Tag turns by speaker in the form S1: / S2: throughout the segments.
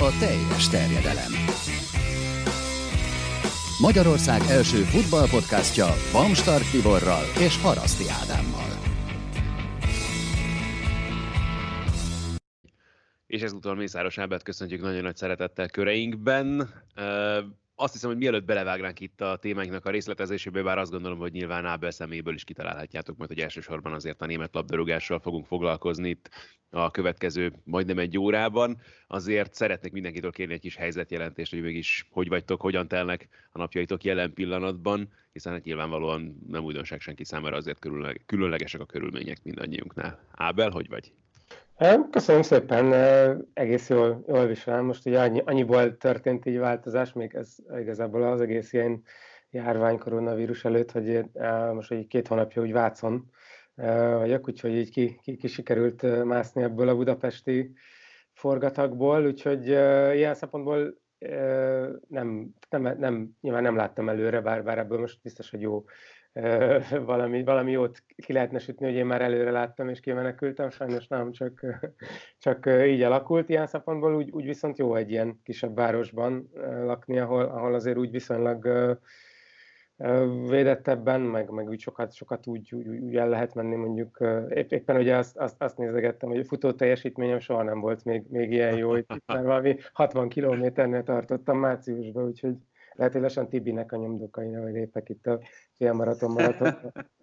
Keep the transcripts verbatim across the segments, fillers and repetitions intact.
S1: a teljes terjedelem. Magyarország első futballpodcastja Bamstart Tiborral és Haraszti Ádámmal.
S2: És ezúttal Mészáros Ábelt köszöntjük nagyon nagy szeretettel köreinkben. Azt hiszem, hogy mielőtt belevágnánk itt a témánknak a részletezésébe, bár azt gondolom, hogy nyilván Ábel személyből is kitalálhatjátok, mert hogy elsősorban azért a német labdarúgással fogunk foglalkozni itt a következő majdnem egy órában. Azért szeretnék mindenkitől kérni egy kis helyzetjelentést, hogy mégis hogy vagytok, hogyan telnek a napjaitok jelen pillanatban, hiszen hát nyilvánvalóan nem újdonság senki számára, azért különlegesek a körülmények mindannyiunknál. Ábel, hogy vagy?
S3: Köszönöm szépen, egész jól, jól viselem. Most ugye annyi, annyiból történt így változás, még ez igazából az egész ilyen járvány koronavírus előtt, hogy most egy két hónapja úgy Vácon vagyok, úgyhogy így ki, ki, ki sikerült mászni ebből a budapesti forgatagból, úgyhogy ilyen szempontból nem, nem, nem, nyilván nem láttam előre, bár, bár ebből most biztos, hogy jó valami, valami jót ki lehetne sütni, hogy én már előre láttam és kimenekültem, sajnos nem, csak, csak így alakult ilyen szempontból, úgy, úgy viszont jó egy ilyen kisebb városban lakni, ahol, ahol azért úgy viszonylag védettebben, meg, meg úgy sokat, sokat úgy, úgy, úgy el lehet menni, mondjuk épp, éppen ugye azt, azt, azt nézegettem, hogy a futó teljesítményem soha nem volt még, még ilyen jó, hogy már valami hatvan kilométernél tartottam márciusban, úgyhogy lehet, hogy lassan Tibinek a nyomdokain, hogy lépek itt a félmaraton maraton.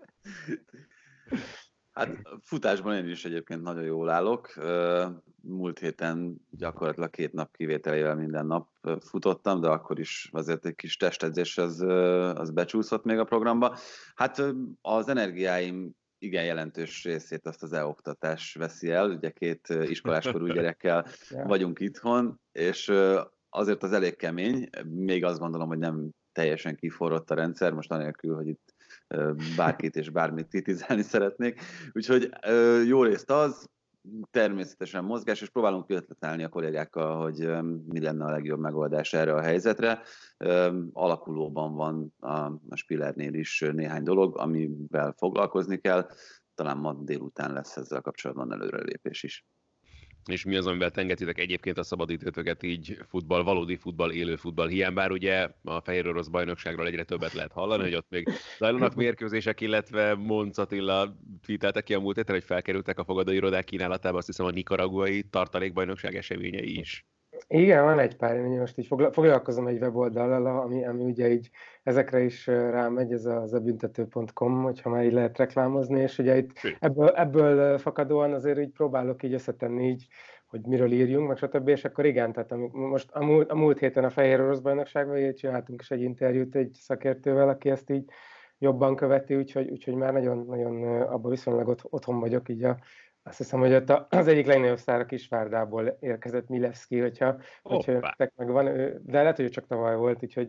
S4: Hát futásban én is egyébként nagyon jól állok. Múlt héten gyakorlatilag két nap kivételével minden nap futottam, de akkor is azért egy kis testedzés az, az becsúszott még a programba. Hát az energiáim igen jelentős részét azt az e-oktatás veszi el. Ugye két iskoláskorú gyerekkel vagyunk itthon, és azért az elég kemény, még azt gondolom, hogy nem teljesen kiforrott a rendszer, most anélkül, hogy itt bárkit és bármit kritizálni szeretnék. Úgyhogy jó részt az, természetesen mozgás, és próbálunk ötletelni a kollégákkal, hogy mi lenne a legjobb megoldás erre a helyzetre. Alakulóban van a Spillernél is néhány dolog, amivel foglalkozni kell. Talán ma délután lesz ezzel kapcsolatban előrelépés is.
S2: És mi az, amivel tengetitek egyébként a szabadidőtöket így futball, valódi futball, élő futball hiány, bár ugye a Fehér Orosz bajnokságról egyre többet lehet hallani, hogy ott még zajlanak mérkőzések, illetve Monc Attila tweetelte ki a múlt héten, hogy felkerültek a fogadóirodák kínálatába, azt hiszem a nikaraguai tartalékbajnokság eseményei is.
S3: Igen, van egy pár, én most így foglalkozom egy weboldallal, ami, ami ugye így ezekre is rámegy, ez a zebüntető pont com, hogyha már így lehet reklámozni, és ugye itt ebből, ebből fakadóan azért így próbálok így összetenni így, hogy miről írjunk, meg stb. És akkor igen, tehát amik, most a múlt, a múlt héten a Fehér Orosz bajnokságban így csináltunk is egy interjút egy szakértővel, aki ezt így jobban követi, úgyhogy, úgyhogy már nagyon, nagyon abban viszonylag ott, otthon vagyok, így a azt hiszem, hogy ott az egyik legnagyobb sztár a Kisvárdából érkezett Milevski, hogyha, hogyha meg van, de lehet, hogy csak tavaly volt, úgyhogy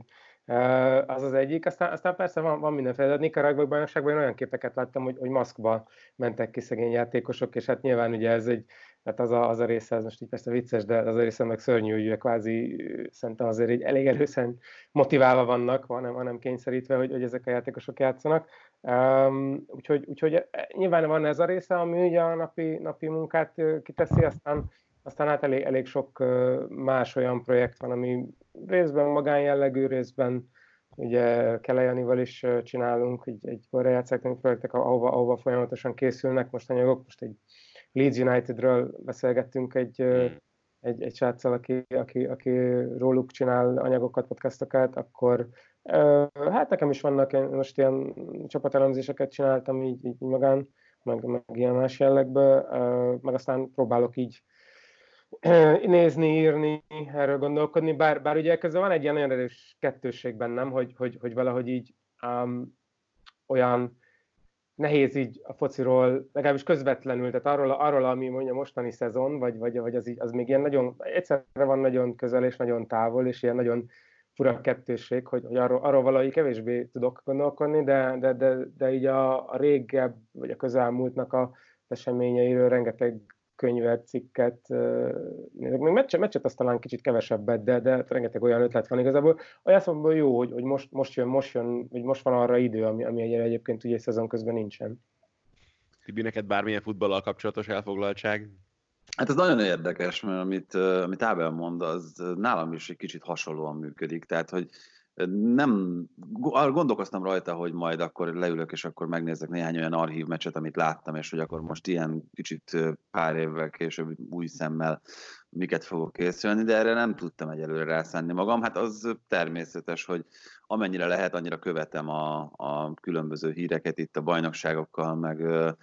S3: az az egyik. Aztán, aztán persze van, van mindenféle, de a Nicaragua bajnokságban én olyan képeket láttam, hogy, hogy maszkba mentek ki szegény játékosok, és hát nyilván ugye ez egy, hát az a, az a része, ez most így persze vicces, de az a része meg szörnyű, hogy kvázi szerintem azért így elég először motiválva vannak, hanem, hanem kényszerítve, hogy, hogy ezek a játékosok játszanak. Um, úgyhogy, úgyhogy nyilván van ez a része, ami ugye a napi, napi munkát kiteszi, aztán, aztán hát elég, elég sok más olyan projekt van, ami részben magánjellegű, részben ugye Kele Janival is csinálunk, egy, egy korrejátszáknak projektek, ahova, ahova folyamatosan készülnek most anyagok, most egy Leeds Unitedről beszélgettünk egy, egy, egy sráccal, aki, aki, aki róluk csinál anyagokat, podcastokat, akkor hát nekem is vannak, én most ilyen csapatelemzéseket csináltam így, így magán, meg, meg ilyen más jellegben, meg aztán próbálok így nézni, írni, erről gondolkodni, bár, bár ugye közben van egy ilyen nagyon erős kettősség bennem, hogy, hogy, hogy valahogy így um, olyan nehéz így a fociról, legalábbis közvetlenül, tehát arról, arról ami mondja mostani szezon, vagy, vagy, vagy az, így, az még ilyen nagyon, egyszerre van nagyon közel és nagyon távol, és ilyen nagyon fura kettősség, hogy, hogy arról, arról valahogy kevésbé tudok gondolkodni, de, de, de, de így a, a régebb, vagy a közelmúltnak a eseményeiről rengeteg könyvet, cikket nézek. Még meccset, meccset azt talán kicsit kevesebbet, de, de rengeteg olyan ötlet van igazából. Olyan szempontból jó, hogy, hogy most, most jön, most jön, vagy most van arra idő, ami, ami egyébként ugye egy szezon közben nincsen.
S2: Tibi, neked bármilyen futballal kapcsolatos elfoglaltság?
S4: Hát ez nagyon érdekes, mert amit, amit Ábel mond, az nálam is egy kicsit hasonlóan működik. Tehát, hogy nem gondolkoztam rajta, hogy majd akkor leülök, és akkor megnézek néhány olyan archív meccset, amit láttam, és hogy akkor most ilyen kicsit pár évvel később új szemmel miket fogok készülni, de erre nem tudtam egyelőre rászánni magam. Hát az természetes, hogy amennyire lehet, annyira követem a, a különböző híreket itt a bajnokságokkal, meg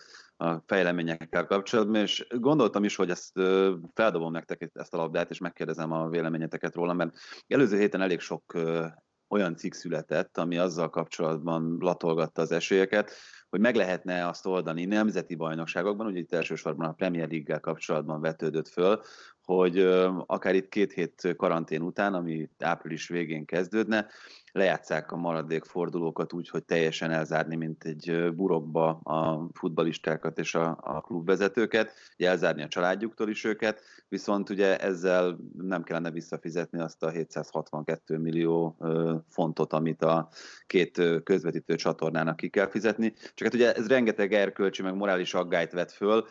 S4: a fejleményekkel kapcsolatban, és gondoltam is, hogy ezt feldobom nektek ezt a labdát, és megkérdezem a véleményeteket róla, mert előző héten elég sok olyan cikk született, ami azzal kapcsolatban latolgatta az esélyeket, hogy meg lehetne azt oldani nemzeti bajnokságokban, ugye itt elsősorban a Premier League-gel kapcsolatban vetődött föl, hogy akár itt két hét karantén után, ami április végén kezdődne, lejátsszák a maradék fordulókat úgy, hogy teljesen elzárni, mint egy burokba a futballistákat és a, a klubvezetőket, elzárni a családjuktól is őket, viszont ugye ezzel nem kellene visszafizetni azt a hétszázhatvankettő millió fontot, amit a két közvetítő csatornának ki kell fizetni. Csak hát ugye ez rengeteg erkölcsi, meg morális aggályt vet föl,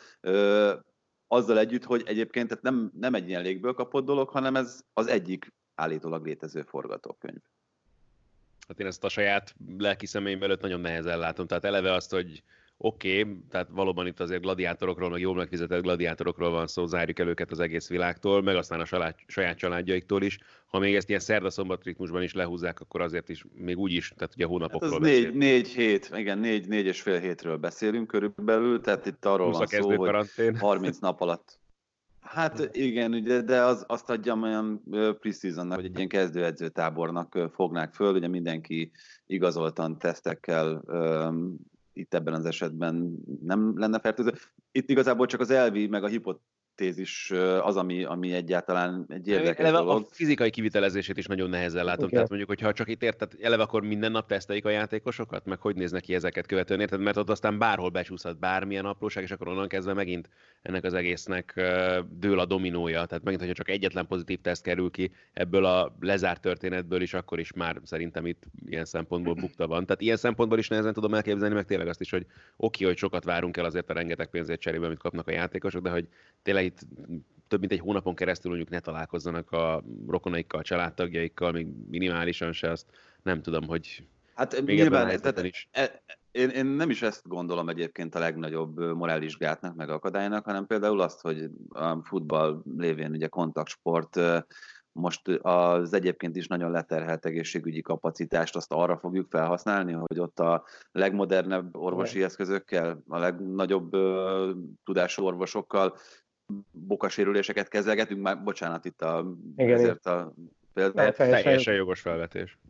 S4: azzal együtt, hogy egyébként tehát nem, nem egy ilyen légből kapott dolog, hanem ez az egyik állítólag létező forgatókönyv.
S2: Hát én ezt a saját lelki személyem előtt nagyon nehezen látom. Tehát eleve azt, hogy oké, okay, tehát valóban itt azért gladiátorokról, meg jól megfizetett gladiátorokról van szó, zárjuk el őket az egész világtól, meg aztán a salád, saját családjaiktól is. Ha még ezt ilyen szerda-szombat ritmusban is lehúzzák, akkor azért is, még úgy is, tehát ugye hónapokról hát
S4: beszélünk. Négy, négy hét, igen, négy, négy és fél hétről beszélünk körülbelül, tehát itt arról van szó, hogy karantén. harminc nap alatt. Hát igen, ugye, de az, azt adjam olyan pre-seasonnak, hogy egy ilyen kezdőedzőtábornak fognák föl, ugye mindenki igazoltan tesztekkel um, itt ebben az esetben nem lenne fertőző. Itt igazából csak az elvi, meg a hipotézis az, ami, ami egyáltalán egy érdekes
S2: eleve
S4: dolog.
S2: A fizikai kivitelezését is nagyon nehezen látom. Okay. Tehát mondjuk, hogyha csak itt érted, eleve akkor minden nap tesztelik a játékosokat, meg hogy néznek ki ezeket követően, érted? Mert ott aztán bárhol becsúszhat bármilyen apróság, és akkor onnan kezdve megint ennek az egésznek dől a dominója. Tehát megint, hogyha csak egyetlen pozitív teszt kerül ki ebből a lezárt történetből is, akkor is már szerintem itt ilyen szempontból bukta van. Tehát ilyen szempontból is nehezen tudom elképzelni, meg tényleg azt is, hogy oké, hogy sokat várunk el azért a rengeteg pénzért cserébe, amit kapnak a játékosok, de hogy tényleg itt több mint egy hónapon keresztül mondjuk ne találkozzanak a rokonaikkal, a családtagjaikkal, még minimálisan se, azt nem tudom, hogy
S4: hát még nyilván, ebben tehát, is. E, én, én nem is ezt gondolom egyébként a legnagyobb morális gátnak, meg akadálynak, hanem például azt, hogy a futball lévén ugye kontaktsport, most az egyébként is nagyon leterhelt egészségügyi kapacitást azt arra fogjuk felhasználni, hogy ott a legmodernebb orvosi eszközökkel, a legnagyobb uh, tudású orvosokkal bokasérüléseket kezelgetünk, már bocsánat itt a, ezért a
S2: például. Teljesen jogos felvetés.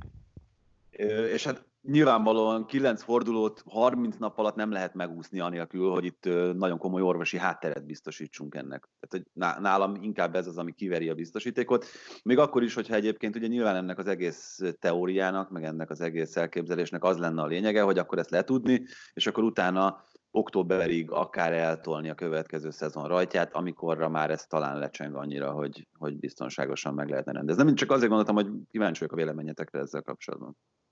S4: És hát nyilvánvalóan kilenc fordulót harminc nap alatt nem lehet megúszni anélkül, hogy itt nagyon komoly orvosi hátteret biztosítsunk ennek. Tehát, hogy nálam inkább ez az, ami kiveri a biztosítékot. Még akkor is, hogyha egyébként ugye nyilván ennek az egész teóriának, meg ennek az egész elképzelésnek az lenne a lényege, hogy akkor ezt letudni, és akkor utána októberig akár eltolni a következő szezon rajtját, amikorra már ez talán lecseng annyira, hogy, hogy biztonságosan meg lehetne rendezni. Nem csak azért gondoltam, hogy kíváncsi vagyok a véleményetekre ezzel kapcsolatban.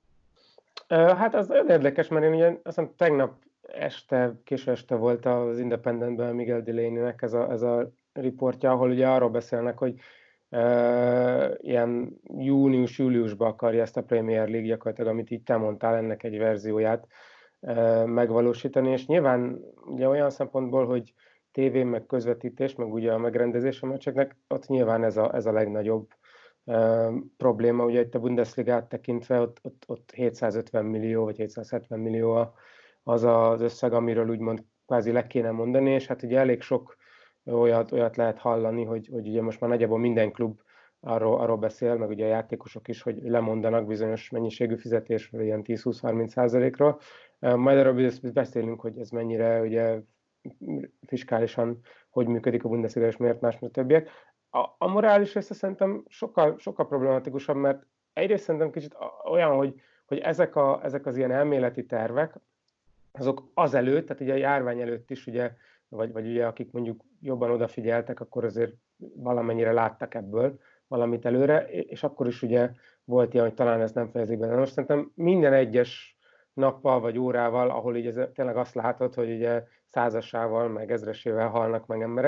S3: Hát az nagyon érdekes, mert én ugye azt hiszem tegnap este, késő este volt az Independentben Miguel Delaney-nek ez a, ez a riportja, ahol ugye arról beszélnek, hogy uh, ilyen június-júliusban akarja ezt a Premier League gyakorlatilag, amit így te mondtál, ennek egy verzióját uh, megvalósítani, és nyilván ugye olyan szempontból, hogy tévé, meg közvetítés, meg ugye a megrendezés a meccseknek, ott nyilván ez a, ez a legnagyobb Uh, probléma, ugye itt a Bundesligát tekintve ott, ott, ott hétszázötven millió vagy hétszázhetven millió az az összeg, amiről úgymond kvázi le kéne mondani, és hát ugye elég sok olyat, olyat lehet hallani, hogy, hogy ugye most már nagyjából minden klub arról, arról beszél, meg ugye a játékosok is, hogy lemondanak bizonyos mennyiségű fizetésről, ilyen tíz-húsz-harminc százalékról. Uh, majd arról beszélünk, hogy ez mennyire ugye fiskálisan hogy működik a Bundesliga, és miért más, mint a többiek. A, a morális része szerintem sokkal, sokkal problematikusabb, mert egyrészt szerintem kicsit olyan, hogy, hogy ezek, a, ezek az ilyen elméleti tervek, azok azelőtt, tehát ugye a járvány előtt is, ugye, vagy, vagy ugye akik mondjuk jobban odafigyeltek, akkor azért valamennyire láttak ebből valamit előre, és akkor is ugye volt ilyen, hogy talán ez nem fejezik be. Most szerintem minden egyes nappal vagy órával, ahol így ez, tényleg azt látod, hogy ugye százasával, meg ezresével halnak meg emberek,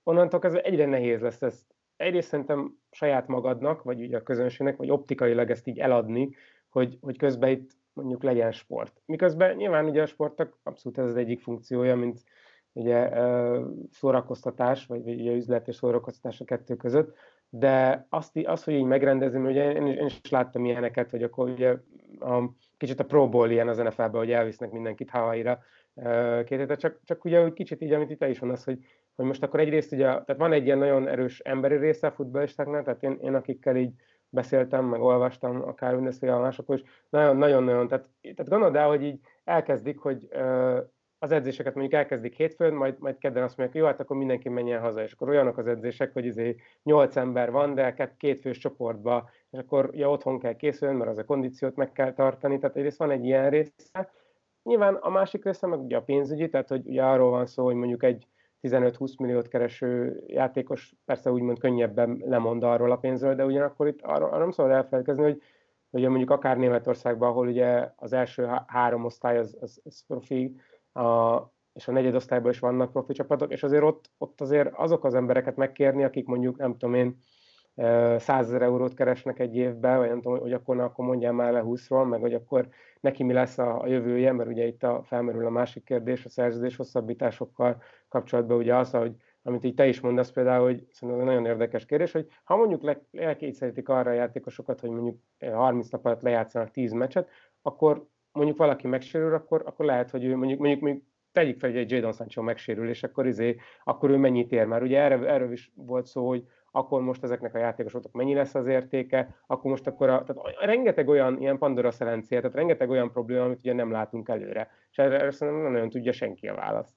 S3: onnantól kezdve egyre nehéz lesz ezt. Egyrészt szerintem saját magadnak, vagy ugye a közönségnek, vagy optikailag ezt így eladni, hogy, hogy közben itt mondjuk legyen sport. Miközben nyilván ugye a sportnak abszolút ez az egyik funkciója, mint ugye szórakoztatás, vagy ugye üzlet és szórakoztatás a kettő között, de azt, azt hogy így megrendezni, ugye én is, én is láttam ilyeneket, hogy akkor ugye a, kicsit a Pro Bowl ilyen az en ef el-ben, hogy elvisznek mindenkit Hawaii-ra két hétre, csak, csak ugye úgy kicsit így, amit itt is van az, hogy, hogy most akkor egyrészt ugye, tehát van egy ilyen nagyon erős emberi része a futballistáknál, tehát én, én akikkel így beszéltem, meg olvastam, akár Bundesliga másokról is, nagyon-nagyon, tehát, tehát gondold el, hogy így elkezdik, hogy az edzéseket mondjuk elkezdik hétfőn, majd, majd kedden azt mondják, jó, hát akkor mindenki menjen haza, és akkor olyanok az edzések, hogy izé nyolc ember van, de két fős csoportba, és akkor ja, otthon kell készülni, mert az a kondíciót meg kell tartani, tehát egyrészt van egy ilyen része. Nyilván a másik része meg ugye a pénzügyi, tehát hogy ugye arról van szó, hogy mondjuk egy tizenöt-húsz milliót kereső játékos persze úgymond könnyebben lemond arról a pénzről, de ugyanakkor itt arról, arról nem szabad elfelejtkezni, hogy ugye mondjuk akár Németországban, ahol ugye az első három osztály az, az, az profi, a, és a negyedosztályban is vannak profi csapatok, és azért ott, ott azért azok az embereket megkérni, akik mondjuk, nem tudom én, százezer eurót keresnek egy évben, vagy nem tudom, hogy akkor, akkor mondjál már le húszról, meg hogy akkor neki mi lesz a, a jövője, mert ugye itt a, felmerül a másik kérdés, a szerződés hosszabbításokkal kapcsolatban, ugye az, hogy amit így te is mondasz például, hogy szerintem nagyon érdekes kérdés, hogy ha mondjuk le, lekényszerítik arra a játékosokat, hogy mondjuk harminc nap alatt lejátszanak tíz meccset, akkor mondjuk valaki megsérül, akkor, akkor lehet, hogy ő mondjuk, mondjuk, mondjuk tegyük fel, hogy egy Jadon Sancho megsérül, és akkor, izé, akkor ő mennyit ér már. Ugye erről, erről is volt szó, hogy akkor most ezeknek a játékosoknak mennyi lesz az értéke, akkor most akkor a, tehát rengeteg olyan ilyen Pandora szelencéje, tehát rengeteg olyan probléma, amit ugye nem látunk előre. És erre, erre szerintem nem nagyon tudja senki a választ.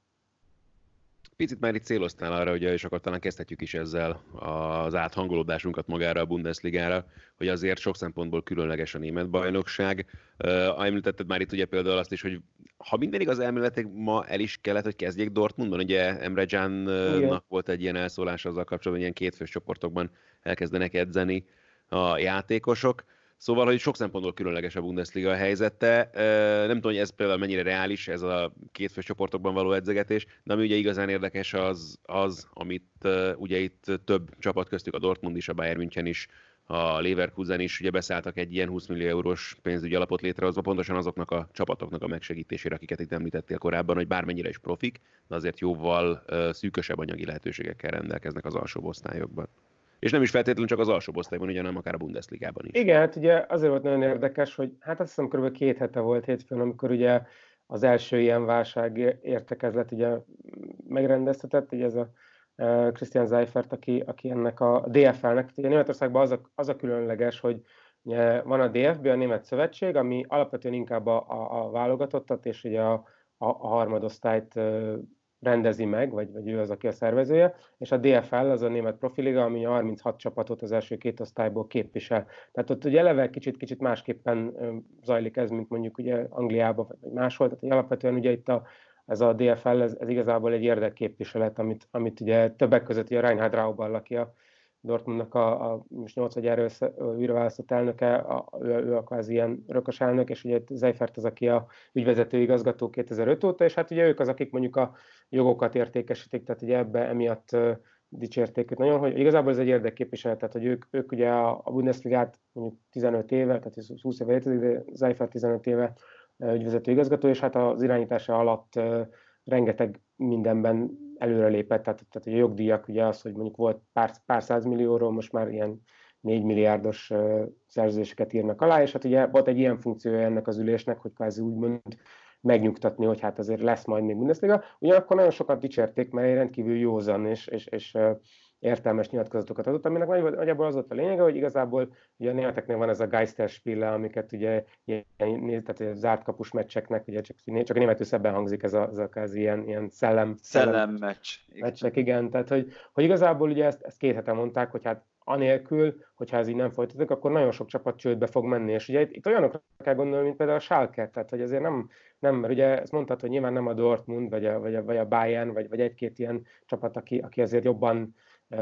S2: Picit már itt céloztál arra, hogy és akkor talán kezdhetjük is ezzel az áthangolódásunkat magára a Bundesligára, hogy azért sok szempontból különleges a német bajnokság. Uh, említetted már itt ugye például azt is, hogy ha minden igaz, elméletileg ma el is kellett, hogy kezdjék Dortmundon. Ugye Emre Cannak volt egy ilyen elszólás azzal kapcsolatban, hogy ilyen kétfős csoportokban elkezdenek edzeni a játékosok. Szóval, hogy sok szempontból különleges a Bundesliga helyzete. Nem tudom, hogy ez például mennyire reális, ez a kétfős csoportokban való edzegetés, de ami ugye igazán érdekes az, az amit ugye itt több csapat köztük, a Dortmund is, a Bayern München is, a Leverkusen is ugye beszálltak egy ilyen húsz millió eurós pénzügyi alapot létrehozva, pontosan azoknak a csapatoknak a megsegítésére, akiket itt említettél korábban, hogy bármennyire is profik, de azért jóval szűkösebb anyagi lehetőségekkel rendelkeznek az alsóbb osztályokban. És nem is feltétlenül csak az alsóbb osztályban, ugye, hanem akár a Bundesligában is.
S3: Igen, hát ugye azért volt nagyon érdekes, hogy hát azt hiszem kb. két hete volt hétfőn, amikor ugye az első ilyen válság értekezlet ugye megrendeztetett, ugye ez a uh, Christian Seifert, aki, aki ennek a dé ef el-nek, ugye Németországban az a, az a különleges, hogy ugye van a dé ef bé, a Német Szövetség, ami alapvetően inkább a, a, a válogatottat és ugye a, a, a harmadosztályt uh, rendezi meg, vagy, vagy ő az, aki a szervezője, és a dé ef el az a német profiliga, ami a harminchat csapatot az első két osztályból képvisel. Tehát ott ugye eleve kicsit-kicsit másképpen zajlik ez, mint mondjuk ugye Angliában, vagy máshol, tehát alapvetően ugye itt a, ez a dé ef el, ez, ez igazából egy érdekképviselet, amit, amit ugye többek között ugye Reinhard Raubal, aki a Dortmundnak a, a most nyolcadjára újra választott elnöke, a, ő, ő a kvázi ilyen örökös elnök, és ugye Seifert az, aki a ügyvezető igazgató kétezer-öt óta, és hát ugye ők az, akik mondjuk a jogokat értékesítik, tehát ugye ebbe emiatt uh, dicsérték őt nagyon, hogy igazából ez egy érdekképviselet, tehát hogy ők, ők ugye a, a Bundesligát mondjuk tizenöt éve, tehát húsz éve létezik, de Seifert tizenöt éve uh, ügyvezető igazgató, és hát az irányítása alatt uh, rengeteg mindenben előrelépett, tehát, tehát a jogdíjak ugye az, hogy mondjuk volt pár, pár százmillióról, most már ilyen négy milliárdos uh, szerződéseket írnak alá, és hát ugye volt egy ilyen funkciója ennek az ülésnek, hogy kvázi úgymond megnyugtatni, hogy hát azért lesz majd még Bundesliga. Ugyanakkor nagyon sokat dicsérték, mert egy rendkívül józan és, és, és uh, értelmes nyilatkozatokat adott, aminek nagyjából az volt a lényege, hogy igazából ugye a németeknél van ez a Geisterspiele, amiket ugye ilyen, tehát zárt kapus meccseknek, ugye csak, csak a németül szebben hangzik ez a, ez a ez ilyen, ilyen szellem,
S4: szellem meccs.
S3: meccsek, igen. Tehát, hogy, hogy igazából ugye ezt, ezt két heten mondták, hogy hát anélkül, hogyha ez így nem folytatódik, akkor nagyon sok csapat csődbe fog menni. És ugye itt, itt olyanokra kell gondolni, mint például a Schalke, tehát hogy azért nem, nem mert ugye ezt mondtad, hogy nyilván nem a Dortmund, vagy a, vagy a, vagy a Bayern, vagy, vagy egy-két ilyen csapat, aki, aki azért jobban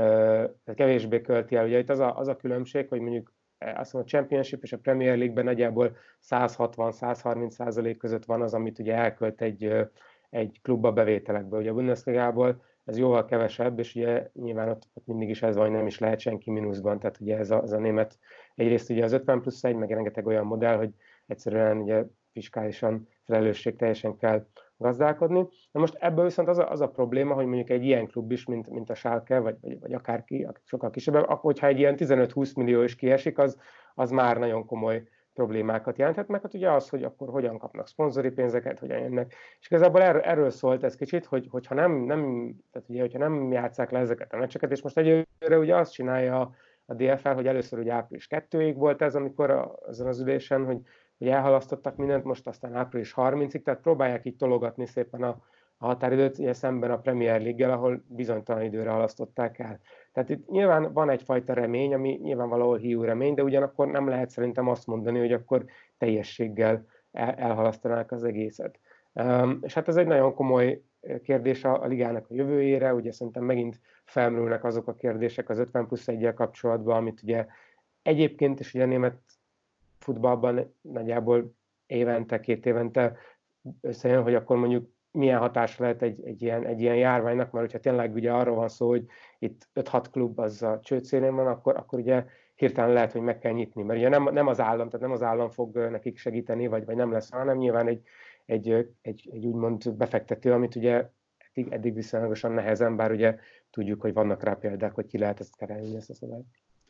S3: uh, kevésbé költi el. Ugye itt az a, az a különbség, hogy mondjuk azt mondom, a Championship és a Premier League-ben nagyjából száz hatvan száz harminc százalék között van az, amit ugye elkölt egy, egy klubba bevételekbe. Ugye a Bundesligából ez jóval kevesebb, és ugye nyilván ott, ott mindig is ez van, hogy nem is lehet senki mínuszban, tehát ugye ez a, ez a német, egyrészt ugye az ötven plusz egy, meg rengeteg olyan modell, hogy egyszerűen ugye fiskálisan felelősségteljesen kell gazdálkodni. Na most ebből viszont az a, az a probléma, hogy mondjuk egy ilyen klub is, mint, mint a Schalke, vagy, vagy, vagy akárki, sokkal kisebb, akkor hogyha egy ilyen tizenöt-húsz millió is kiesik, az, az már nagyon komoly problémákat jelenthet, meg hát ugye az, hogy akkor hogyan kapnak szponzori pénzeket, hogyan jönnek. És igazából erről, erről szólt ez kicsit, hogy, hogyha nem, nem, tehát ugye, hogyha nem játsszák le ezeket a meccseket, és most egyőre ugye azt csinálja a, a dé ef el, hogy először ugye április kettőig volt ez, amikor a, azon az ülésen, hogy, hogy elhalasztottak mindent, most aztán április harmincadikáig, tehát próbálják így tologatni szépen a, a határidőt, ugye szemben a Premier League-gel, ahol bizonytalan időre halasztották el. Tehát itt nyilván van egyfajta remény, ami nyilván valahol hiú remény, de ugyanakkor nem lehet szerintem azt mondani, hogy akkor teljességgel el, elhalasztanák az egészet. Um, és hát ez egy nagyon komoly kérdés a, a ligának a jövőjére, ugye szerintem megint felmerülnek azok a kérdések az ötven plusz egyel kapcsolatban, amit ugye egyébként is ugye a német futballban nagyjából évente, két évente összejön, hogy akkor mondjuk milyen hatása lehet egy, egy, ilyen, egy ilyen járványnak, mert hogyha tényleg ugye arról van szó, hogy itt öt-hat klub az a csőd szélén van, akkor, akkor ugye hirtelen lehet, hogy meg kell nyitni, mert ugye nem, nem az állam, tehát nem az állam fog nekik segíteni, vagy, vagy nem lesz, hanem nyilván egy, egy, egy, egy úgymond befektető, amit ugye eddig, eddig viszonylagosan nehezen, bár ugye tudjuk, hogy vannak rá példák, hogy ki lehet ezt kerelni, ezt a szabályt.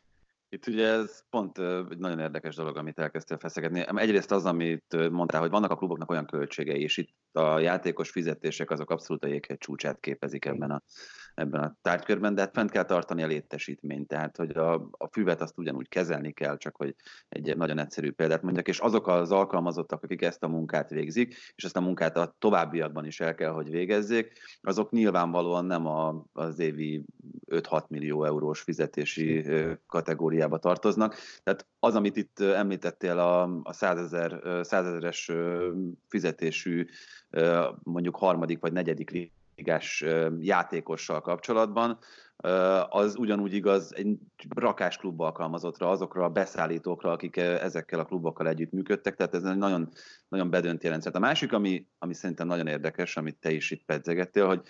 S4: Itt ugye ez pont egy nagyon érdekes dolog, amit elkezdtél feszegetni. Egyrészt az, amit mondtál, hogy vannak a kluboknak olyan költségei, és itt a játékos fizetések azok abszolút a jéghegy csúcsát képezik ebben a, ebben a tárgykörben, de hát fent kell tartani a létesítményt, tehát hogy a, a füvet azt ugyanúgy kezelni kell, csak hogy egy nagyon egyszerű példát mondjak, és azok az alkalmazottak, akik ezt a munkát végzik, és ezt a munkát a továbbiakban is el kell, hogy végezzék, azok nyilvánvalóan nem a, az évi öt-hat millió eurós fizetési kategóriába tartoznak. Tehát az, amit itt említettél a, a százezeres fizetésű mondjuk harmadik vagy negyedik ligás játékossal kapcsolatban, az ugyanúgy igaz egy rakás klub alkalmazottra, azokra a beszállítókra, akik ezekkel a klubokkal együtt működtek, tehát ez egy nagyon, nagyon bedöntő rendszer. A másik, ami, ami szerintem nagyon érdekes, amit te is itt pedzegettél, hogy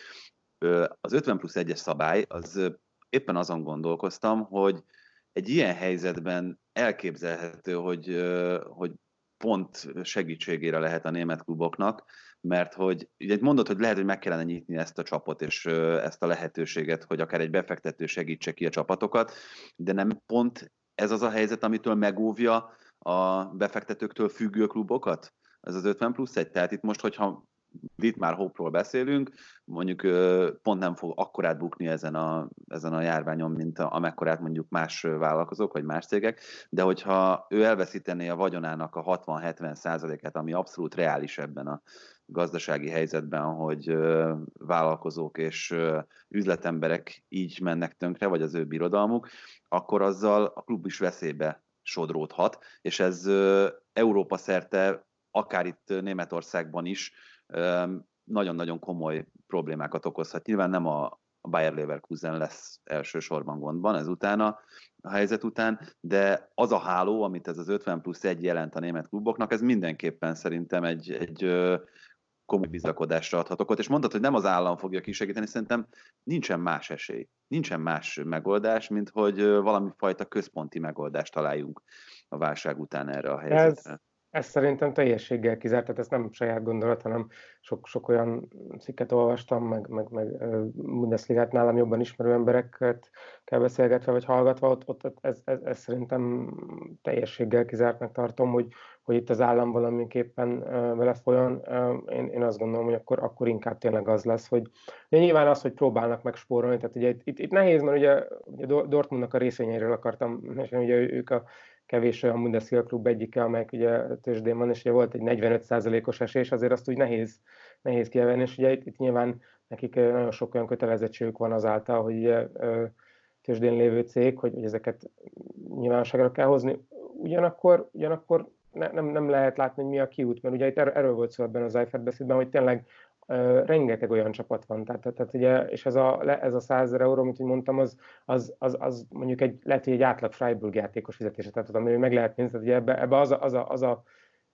S4: az ötven plusz egyes szabály, az éppen azon gondolkoztam, hogy egy ilyen helyzetben elképzelhető, hogy, hogy pont segítségére lehet a német kluboknak, mert hogy ugye mondod, hogy lehet, hogy meg kellene nyitni ezt a csapot és ezt a lehetőséget, hogy akár egy befektető segítse ki a csapatokat, de nem pont ez az a helyzet, amitől megóvja a befektetőktől függő klubokat? Ez az ötven plusz egy? Tehát itt most, hogyha itt már Hope-ról beszélünk, mondjuk pont nem fog akkorát bukni ezen a, ezen a járványon, mint a, amekkorát mondjuk más vállalkozók, vagy más cégek, de hogyha ő elveszítené a vagyonának a hatvan-hetven százalékát, ami abszolút reális ebben a gazdasági helyzetben, hogy vállalkozók és üzletemberek így mennek tönkre, vagy az ő birodalmuk, akkor azzal a klub is veszélybe sodródhat, és ez Európa szerte, akár itt Németországban is nagyon-nagyon komoly problémákat okozhat. Nyilván nem a Bayer Leverkusen lesz elsősorban gondban ezután a, a helyzet után, de az a háló, amit ez az ötven plusz egy jelent a német kluboknak, ez mindenképpen szerintem egy, egy komoly bizakodásra adhat okot. És mondtad, hogy nem az állam fogja kisegíteni, szerintem nincsen más esély. Nincsen más megoldás, mint hogy valami fajta központi megoldást találjunk a válság után erre a helyzetre.
S3: Ez... Ezt szerintem teljességgel kizárt, tehát ezt nem saját gondolat, hanem sok, sok olyan cikket olvastam, meg, meg, meg Bundesligát nálam jobban ismerő embereket kell beszélgetve, vagy hallgatva, ott, ott ez, ez, ez szerintem teljességgel kizártnak tartom, hogy, hogy itt az állam valamiképpen vele folyjon. Én, én azt gondolom, hogy akkor, akkor inkább tényleg az lesz, hogy nyilván az, hogy próbálnak megspórolni, tehát ugye itt, itt, itt nehéz, mert ugye, ugye Dortmundnak a részvényeiről akartam, és ugye ők a kevés olyan Bundesliga klub egyike, amelyik ugye tőzsdén van, és ugye volt egy negyvenöt százalékos esés, azért azt úgy nehéz, nehéz kielvenni, és ugye itt, itt nyilván nekik nagyon sok olyan kötelezettségük van azáltal, hogy ugye tőzsdén lévő cég, hogy, hogy ezeket nyilvánosságra kell hozni. Ugyanakkor, ugyanakkor ne, nem, nem lehet látni, hogy mi a kiút, mert ugye itt er, erről volt szó ebben az Eifert beszédben, hogy tényleg Uh, rengeteg olyan csapat van, tehát, tehát ugye, és ez a, ez a százezer euró, amit mondtam, az, az, az, az mondjuk egy, lehet, hogy egy átlag Freiburg játékos fizetése, tehát ami meg lehet pénzt, tehát ugye ebbe, ebbe az, a, az, a, az a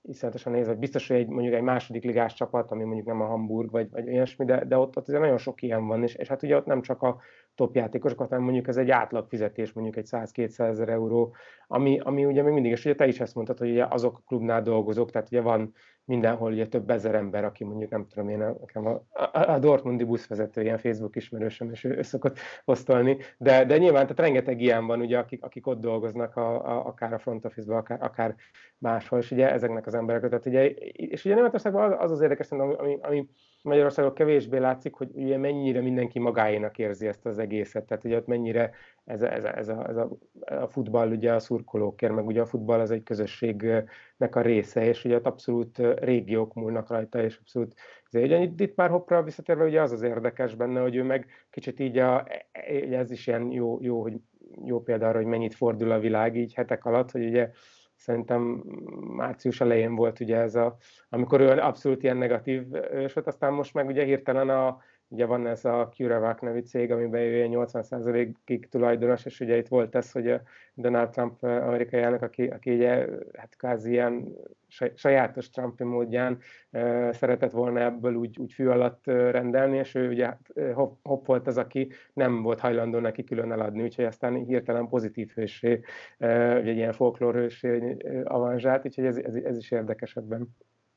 S3: iszonyatosan néz, vagy biztos, hogy egy, mondjuk egy második ligás csapat, ami mondjuk nem a Hamburg, vagy, vagy ilyesmi, de, de ott, ott azért nagyon sok ilyen van, és, és hát ugye ott nem csak a top játékosokat, hanem mondjuk ez egy átlag fizetés, mondjuk egy száz-kétszázezer euró, ami, ami ugye még mindig, és ugye te is ezt mondtad, hogy ugye azok a klubnál dolgozók, tehát ugye van mindenhol ugye több ezer ember, aki mondjuk nem tudom én, nekem a, a, a Dortmundi buszvezető, ilyen Facebook ismerősöm, és ő, ő szokott posztolni, de, de nyilván tehát rengeteg ilyen van, ugye, akik, akik ott dolgoznak, a, a, akár a front office-ban, akár, akár máshol, és ugye ezeknek az emberek, tehát ugye, és ugye Németországban az az érdekes, ami, ami, ami Magyarországon kevésbé látszik, hogy ugye mennyire mindenki magáénak érzi ezt az egészet, tehát ugye ott mennyire ez a, ez a, ez a, ez a, a futball ugye a szurkolókért, meg ugye a futball az egy közösségnek a része, és ugye ott abszolút régiók múlnak rajta, és abszolút ugye itt, itt már Hoppra visszatérve ugye az az érdekes benne, hogy ő meg kicsit így a, ez is ilyen jó, jó, hogy jó példa arra, hogy mennyit fordul a világ így hetek alatt, hogy ugye szerintem március elején volt ugye ez a, amikor ő abszolút ilyen negatív ős volt, aztán most meg ugye hirtelen a, ugye van ez a CureVac nevű cég, amiben ő nyolcvan százalékig tulajdonos, és ugye itt volt ez, hogy a Donald Trump amerikai elnök, aki, aki ugye hát kvázi ilyen sajátos Trumpi módján uh, szeretett volna ebből úgy, úgy fű alatt uh, rendelni, és ő ugye Hopp hop volt az, aki nem volt hajlandó neki külön eladni, úgyhogy aztán hirtelen pozitív hősé, uh, ugye egy ilyen folklór hősé uh, avanzsált, úgyhogy ez, ez, ez is érdekesebben.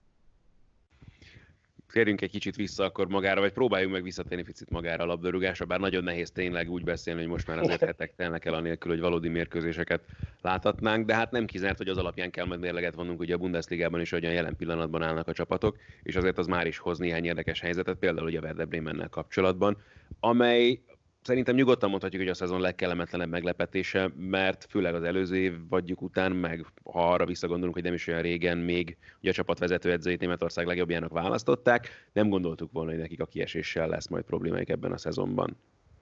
S2: Térjünk egy kicsit vissza akkor magára, vagy próbáljunk meg visszatérni picit magára a labdarúgásra, bár nagyon nehéz tényleg úgy beszélni, hogy most már azért hetek telnek el anélkül, hogy valódi mérkőzéseket láthatnánk, de hát nem kizárt, hogy az alapján kell majd mérleget vonnunk ugye a Bundesligában is, hogyan jelen pillanatban állnak a csapatok, és azért az már is hoz néhány érdekes helyzetet, például ugye a Werder Bremennel kapcsolatban, amely szerintem nyugodtan mondhatjuk, hogy a szezon legkellemetlenebb meglepetése, mert főleg az előző év vagyjuk után, meg ha arra visszagondolunk, hogy nem is olyan régen még ugye a csapat vezetőedzőjét Németország legjobbjának választották, nem gondoltuk volna, hogy nekik a kieséssel lesz majd problémáik ebben a szezonban.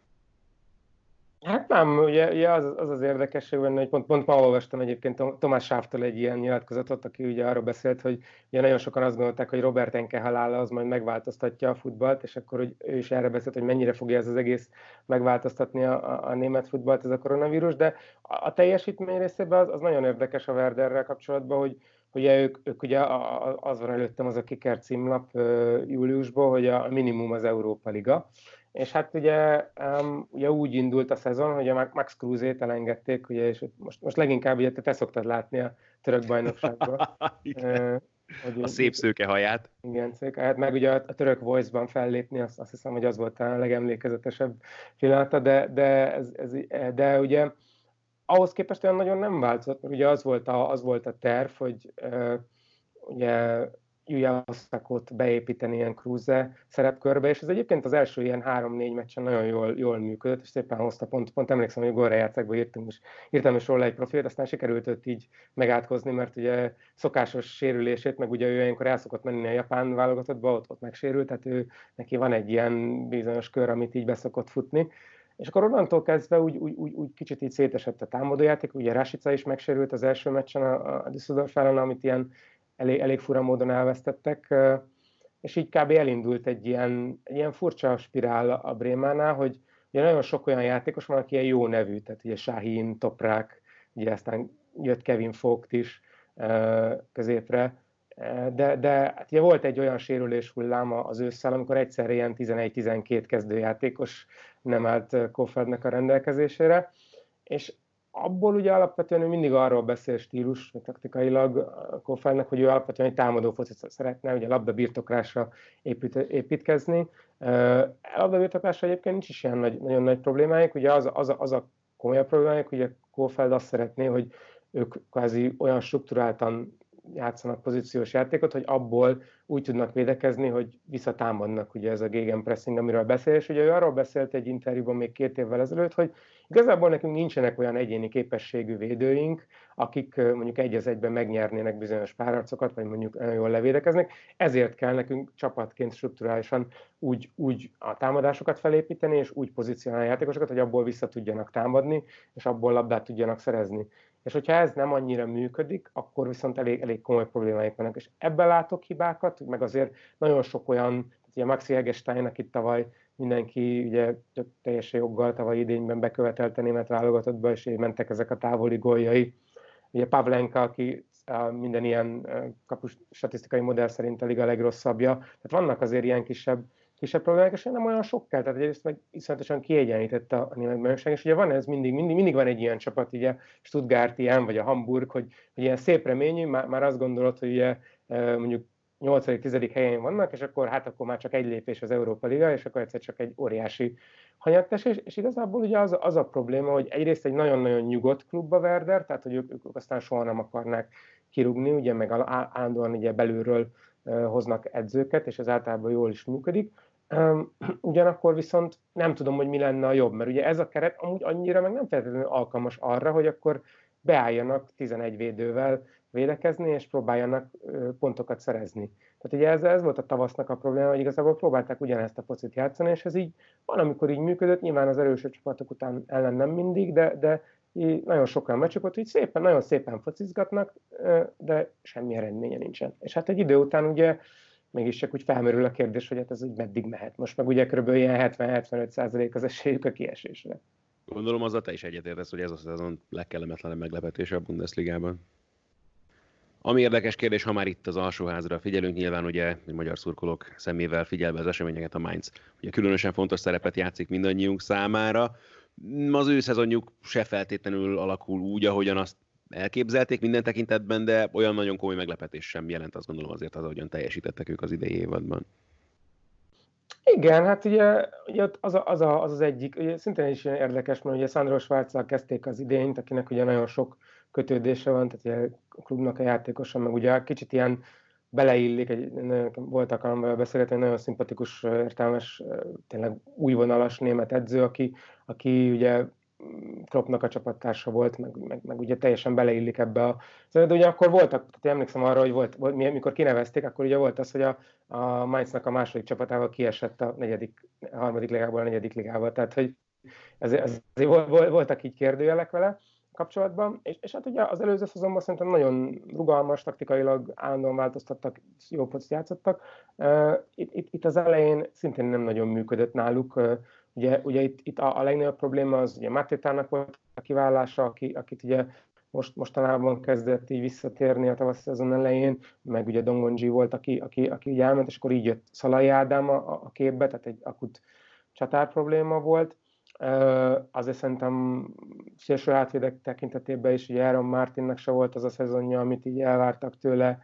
S3: Hát nem, ugye, ugye az, az az érdekesség benne, hogy pont, pont ma olvastam egyébként Tomás Sáftól egy ilyen nyilatkozatot, aki ugye arról beszélt, hogy ugye nagyon sokan azt gondolták, hogy Robert Enke halála az majd megváltoztatja a futballt, és akkor hogy ő is erre beszélt, hogy mennyire fogja ez az egész megváltoztatni a, a, a német futballt, ez a koronavírus, de a, a teljesítmény részében az, az nagyon érdekes a Werderrel kapcsolatban, hogy ugye ők, ők ugye az van előttem az a kicker címlap júliusban, hogy a minimum az Európa Liga, és hát ugye, um, ugye úgy indult a szezon, hogy a Max Kruse-t elengedték, ugye, és most, most leginkább ugye te, te szoktad látni a török bajnokságban. uh,
S2: a szép szőke haját.
S3: Igen, szőke haját, meg ugye a, a török Voice-ban fellépni, azt, azt hiszem, hogy az volt a legemlékezetesebb pillanata, de, de, ez, ez, de ugye ahhoz képest olyan nagyon nem változott, mert ugye az volt a, az volt a terv, hogy uh, ugye Yuya Osakot beépíteni ilyen Kruse szerepkörbe, és ez egyébként az első ilyen három-négy meccsen nagyon jól, jól működött, és szépen hozta, pont, pont emlékszem, hogy a Gólrejátszákban írtam is, írtam is róla egy profilt, aztán sikerült őt így megátkozni, mert ugye szokásos sérülését, meg ugye ő ilyenkor el szokott menni a japán válogatottba, ott, ott megsérült, tehát ő, neki van egy ilyen bizonyos kör, amit így beszokott futni. És akkor onnantól kezdve úgy, úgy, úgy, úgy kicsit így szétesett a támadójáték, ugye Rashica is megsérült az első meccsen a, a Düsseldorf ellen, amit ilyen elég, elég fura módon elvesztettek, és így kb. Elindult egy ilyen, egy ilyen furcsa spirál a Brémánál, hogy ugye nagyon sok olyan játékos van, aki ilyen jó nevű, tehát ugye Sahin, Toprak, ugye aztán jött Kevin Vogt is középre, de, de hát ugye volt egy olyan sérülés hullám az ősszel, amikor egyszerre ilyen tizenegy-tizenkét kezdőjátékos nem állt Kofeldnek a rendelkezésére, és abból ugye alapvetően ő mindig arról beszél stílus, taktikailag Kofeldnek, hogy ő alapvetően egy támadó focit szeretne, ugye labdabirtoklásra épít, építkezni. Labdabirtoklásra egyébként nincs is ilyen nagy, nagyon nagy problémájuk, ugye az, az, az a komolyabb problémájuk, ugye Kofeld azt szeretné, hogy ők kvázi olyan strukturáltan játszanak pozíciós játékot, hogy abból úgy tudnak védekezni, hogy visszatámadnak, ugye ez a gegenpressing, amiről beszél, és ugye ő arról beszélt egy interjúban még két évvel ezelőtt, hogy igazából nekünk nincsenek olyan egyéni képességű védőink, akik mondjuk egy az egyben megnyernének bizonyos párharcokat, vagy mondjuk nagyon jól levédekeznek, ezért kell nekünk csapatként strukturálisan úgy, úgy a támadásokat felépíteni, és úgy pozícionálni a játékosokat, hogy abból vissza tudjanak támadni, és abból labdát tudjanak szerezni. És hogyha ez nem annyira működik, akkor viszont elég, elég komoly problémáik vannak. És ebben látok hibákat, meg azért nagyon sok olyan, tehát ugye Maxi Hegesteinnek itt tavaly mindenki ugye teljesen joggal tavaly idényben bekövetelte német válogatottba, és mentek ezek a távoli góljai. Ugye Pavlenka, aki minden ilyen kapus statisztikai modell szerint a liga legrosszabbja. Tehát vannak azért ilyen kisebb, kisebb problémák, és nem olyan sok kell. Tehát egyrészt meg iszonyatosan kiegyenlített a, a német bajnokság, és ugye van ez mindig, mindig, mindig van egy ilyen csapat, ugye Stuttgart ilyen, vagy a Hamburg, hogy, hogy ilyen szép reményű, már, már azt gondolod, hogy ugye mondjuk nyolcadik-tizedik helyen vannak, és akkor hát akkor már csak egy lépés az Európa Liga, és akkor egyszer csak egy óriási hanyagtesés, és igazából ugye az, az a probléma, hogy egyrészt egy nagyon-nagyon nyugodt klub a Werder, tehát hogy ők, ők aztán soha nem akarnák kirúgni, ugye meg állandóan ugye belülről uh, hoznak edzőket, és ez általában jól is működik. Um, ugyanakkor viszont nem tudom, hogy mi lenne a jobb, mert ugye ez a keret amúgy annyira meg nem feltétlenül alkalmas arra, hogy akkor beálljanak tizenegy védővel védekezni, és próbáljanak pontokat szerezni. Tehát ugye ez, ez volt a tavasznak a probléma, hogy igazából próbálták ugyanezt a focit játszani, és ez így van, amikor így működött, nyilván az erősebb csapatok után ellen nem mindig, de, de nagyon sok olyan meccsük volt, hogy szépen, nagyon szépen focizgatnak, de semmi eredménye nincsen. És hát egy idő után ugye mégis csak úgy felmerül a kérdés, hogy hát ez úgy meddig mehet. Most meg ugye kb. Ilyen hetven-hetvenöt százalék az esélyük a kiesésre.
S2: Gondolom azzal te is egyetértesz, hogy ez a szezon legkellemetlenebb meglepetése a Bundesligában. Ami érdekes kérdés, ha már itt az alsóházra figyelünk, nyilván ugye magyar szurkolók szemével figyelve az eseményeket, a Mainz ugye különösen fontos szerepet játszik mindannyiunk számára. Az ő szezonjuk se feltétlenül alakul úgy, ahogyan azt elképzelték minden tekintetben, de olyan nagyon komoly meglepetés sem jelent, azt gondolom azért az, ahogyan teljesítettek ők az idei évadban.
S3: Igen, hát ugye, ugye az, a, az, a, az az egyik, ugye szintén is érdekes, mert ugye Sandro Schwarzzal kezdték az idényt, akinek ugye nagyon sok kötődése van, tehát ugye a klubnak a játékosa, meg ugye kicsit ilyen beleillik, egy, volt alkalommal beszélgetni, egy nagyon szimpatikus, értelmes, tényleg újvonalas német edző, aki, aki ugye Kloppnak a csapattársa volt, meg, meg, meg ugye teljesen beleillik ebbe a... Szóval, de ugye akkor voltak, tehát emlékszem arra, hogy volt, volt, mikor kinevezték, akkor ugye volt az, hogy a, a Mainznak a második csapatával kiesett a negyedik, a harmadik ligából a negyedik ligába, tehát hogy ez, ez, ez, voltak így kérdőjelek vele kapcsolatban, és, és hát ugye az előző szezonban szerintem nagyon rugalmas, taktikailag állandóan változtattak, jó focit játszottak. Itt, itt, itt az elején szintén nem nagyon működött náluk. Ugye, ugye itt, itt a, a legnagyobb probléma az ugye Matétának volt a kiválása, aki, akit ugye most, mostanában kezdett így visszatérni a tavaszi szezon elején, meg ugye Dongonji volt, aki, aki, aki ugye elment, és akkor így jött Szalai Ádám a, a képbe, tehát egy akut csatár probléma volt. Uh, azért szerintem szélső hátvédek tekintetében is, ugye Aaron Martinnak se volt az a szezonja, amit így elvártak tőle,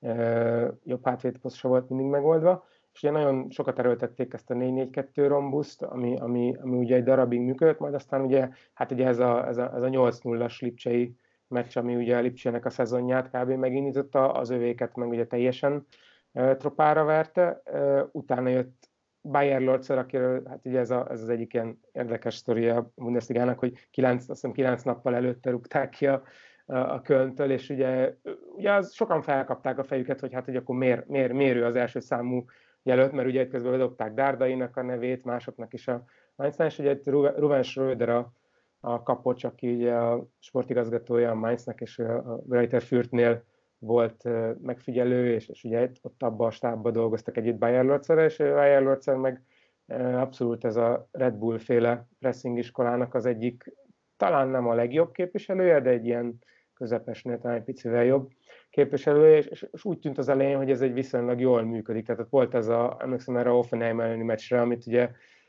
S3: uh, jobb hátvédposzt se volt mindig megoldva, és ugye nagyon sokat erőltették ezt a négy négy kettő rombuszt, ami, ami, ami ugye egy darabig működött, majd aztán ugye, hát ugye ez a, ez a, ez a nyolc nullas lipcsei meccs, ami ugye a Lipcsének a szezonját kb. Megindította, az övéket meg ugye teljesen uh, tropára verte, uh, utána jött Bayer Lorzer, akiről hát ugye ez, a, ez az egyik ilyen érdekes sztoria a Bundesligának, hogy kilenc, azt hiszem kilenc nappal előtte rúgták ki a, a, a Kölntől, és ugye, ugye az, sokan felkapták a fejüket, hogy hát hogy akkor miért, miért, miért ő az első számú jelölt, mert ugye közben bedobták Dárdainak a nevét, másoknak is a Mainznál, és ugye Ruven Schröder a, a kapocs, aki ugye a sportigazgatója a Mainznak, és a Greuther Fürthnél volt megfigyelő, és, és ugye ott abban a stábban dolgoztak együtt Bayer Lorzerrel, és Bayer Lorzer meg abszolút ez a Red Bull féle pressing iskolának az egyik, talán nem a legjobb képviselője, de egy ilyen közepesnél talán egy picivel jobb képviselője, és, és, és úgy tűnt az elején, hogy ez egy viszonylag jól működik. Tehát ott volt ez a, emlékszem erre a Offenheim elleni meccsre, amit ugye,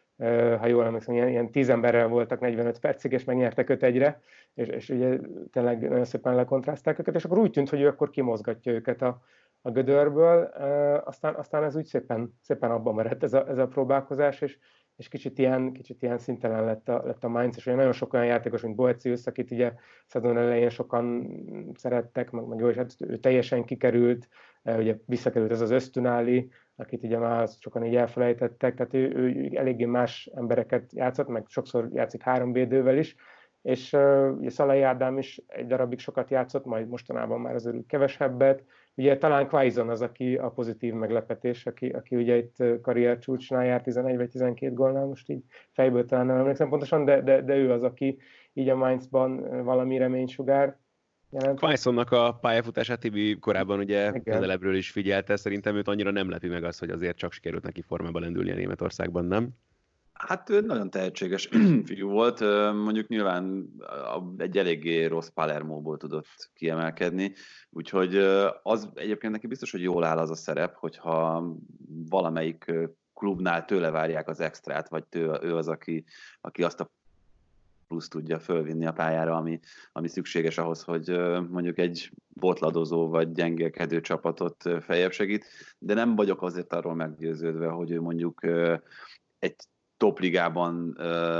S3: ha jól emlékszem, ilyen, ilyen tíz emberrel voltak negyvenöt percig, és megnyertek öt egyre, és, és ugye tényleg nagyon szépen lekontrázták őket, és akkor úgy tűnt, hogy ő akkor kimozgatja őket a, a gödörből, aztán, aztán ez úgy szépen, szépen abban merett ez a, ez a próbálkozás, és, és kicsit ilyen, kicsit ilyen szintelen lett a, lett a Mainz, és nagyon sok olyan játékos, mint Boetius, akit ugye szezon elején sokan szerettek, meg, meg jó, és hát ő teljesen kikerült, ugye visszakerült ez az Öztunali, akit ugye már sokan így elfelejtettek, tehát ő, ő eléggé más embereket játszott, meg sokszor játszik három védővel is, és uh, ugye Szalai Ádám is egy darabig sokat játszott, majd mostanában már az örül kevesebbet. Ugye talán Quaison az, aki a pozitív meglepetés, aki, aki ugye itt karrier csúcsnál jár tizenegy vagy tizenkét gólnál, most így fejből talán nem emlékszem pontosan, de, de, de ő az, aki így a Mainzban valami reménysugár jelent.
S2: Quaisonnak a pályafutását Tibi korábban ugye közelebbről is figyelte, szerintem őt annyira nem lepi meg az, hogy azért csak sikerült neki formába lendülni a Németországban, nem?
S4: Hát nagyon tehetséges fiú volt, mondjuk nyilván egy eléggé rossz Palermóból tudott kiemelkedni, úgyhogy az egyébként neki biztos, hogy jól áll az a szerep, hogyha valamelyik klubnál tőle várják az extrát, vagy tő, ő az, aki, aki azt a plusz tudja fölvinni a pályára, ami, ami szükséges ahhoz, hogy mondjuk egy botladozó vagy gyengélkedő csapatot feljebb segít, de nem vagyok azért arról meggyőződve, hogy ő mondjuk egy topligában,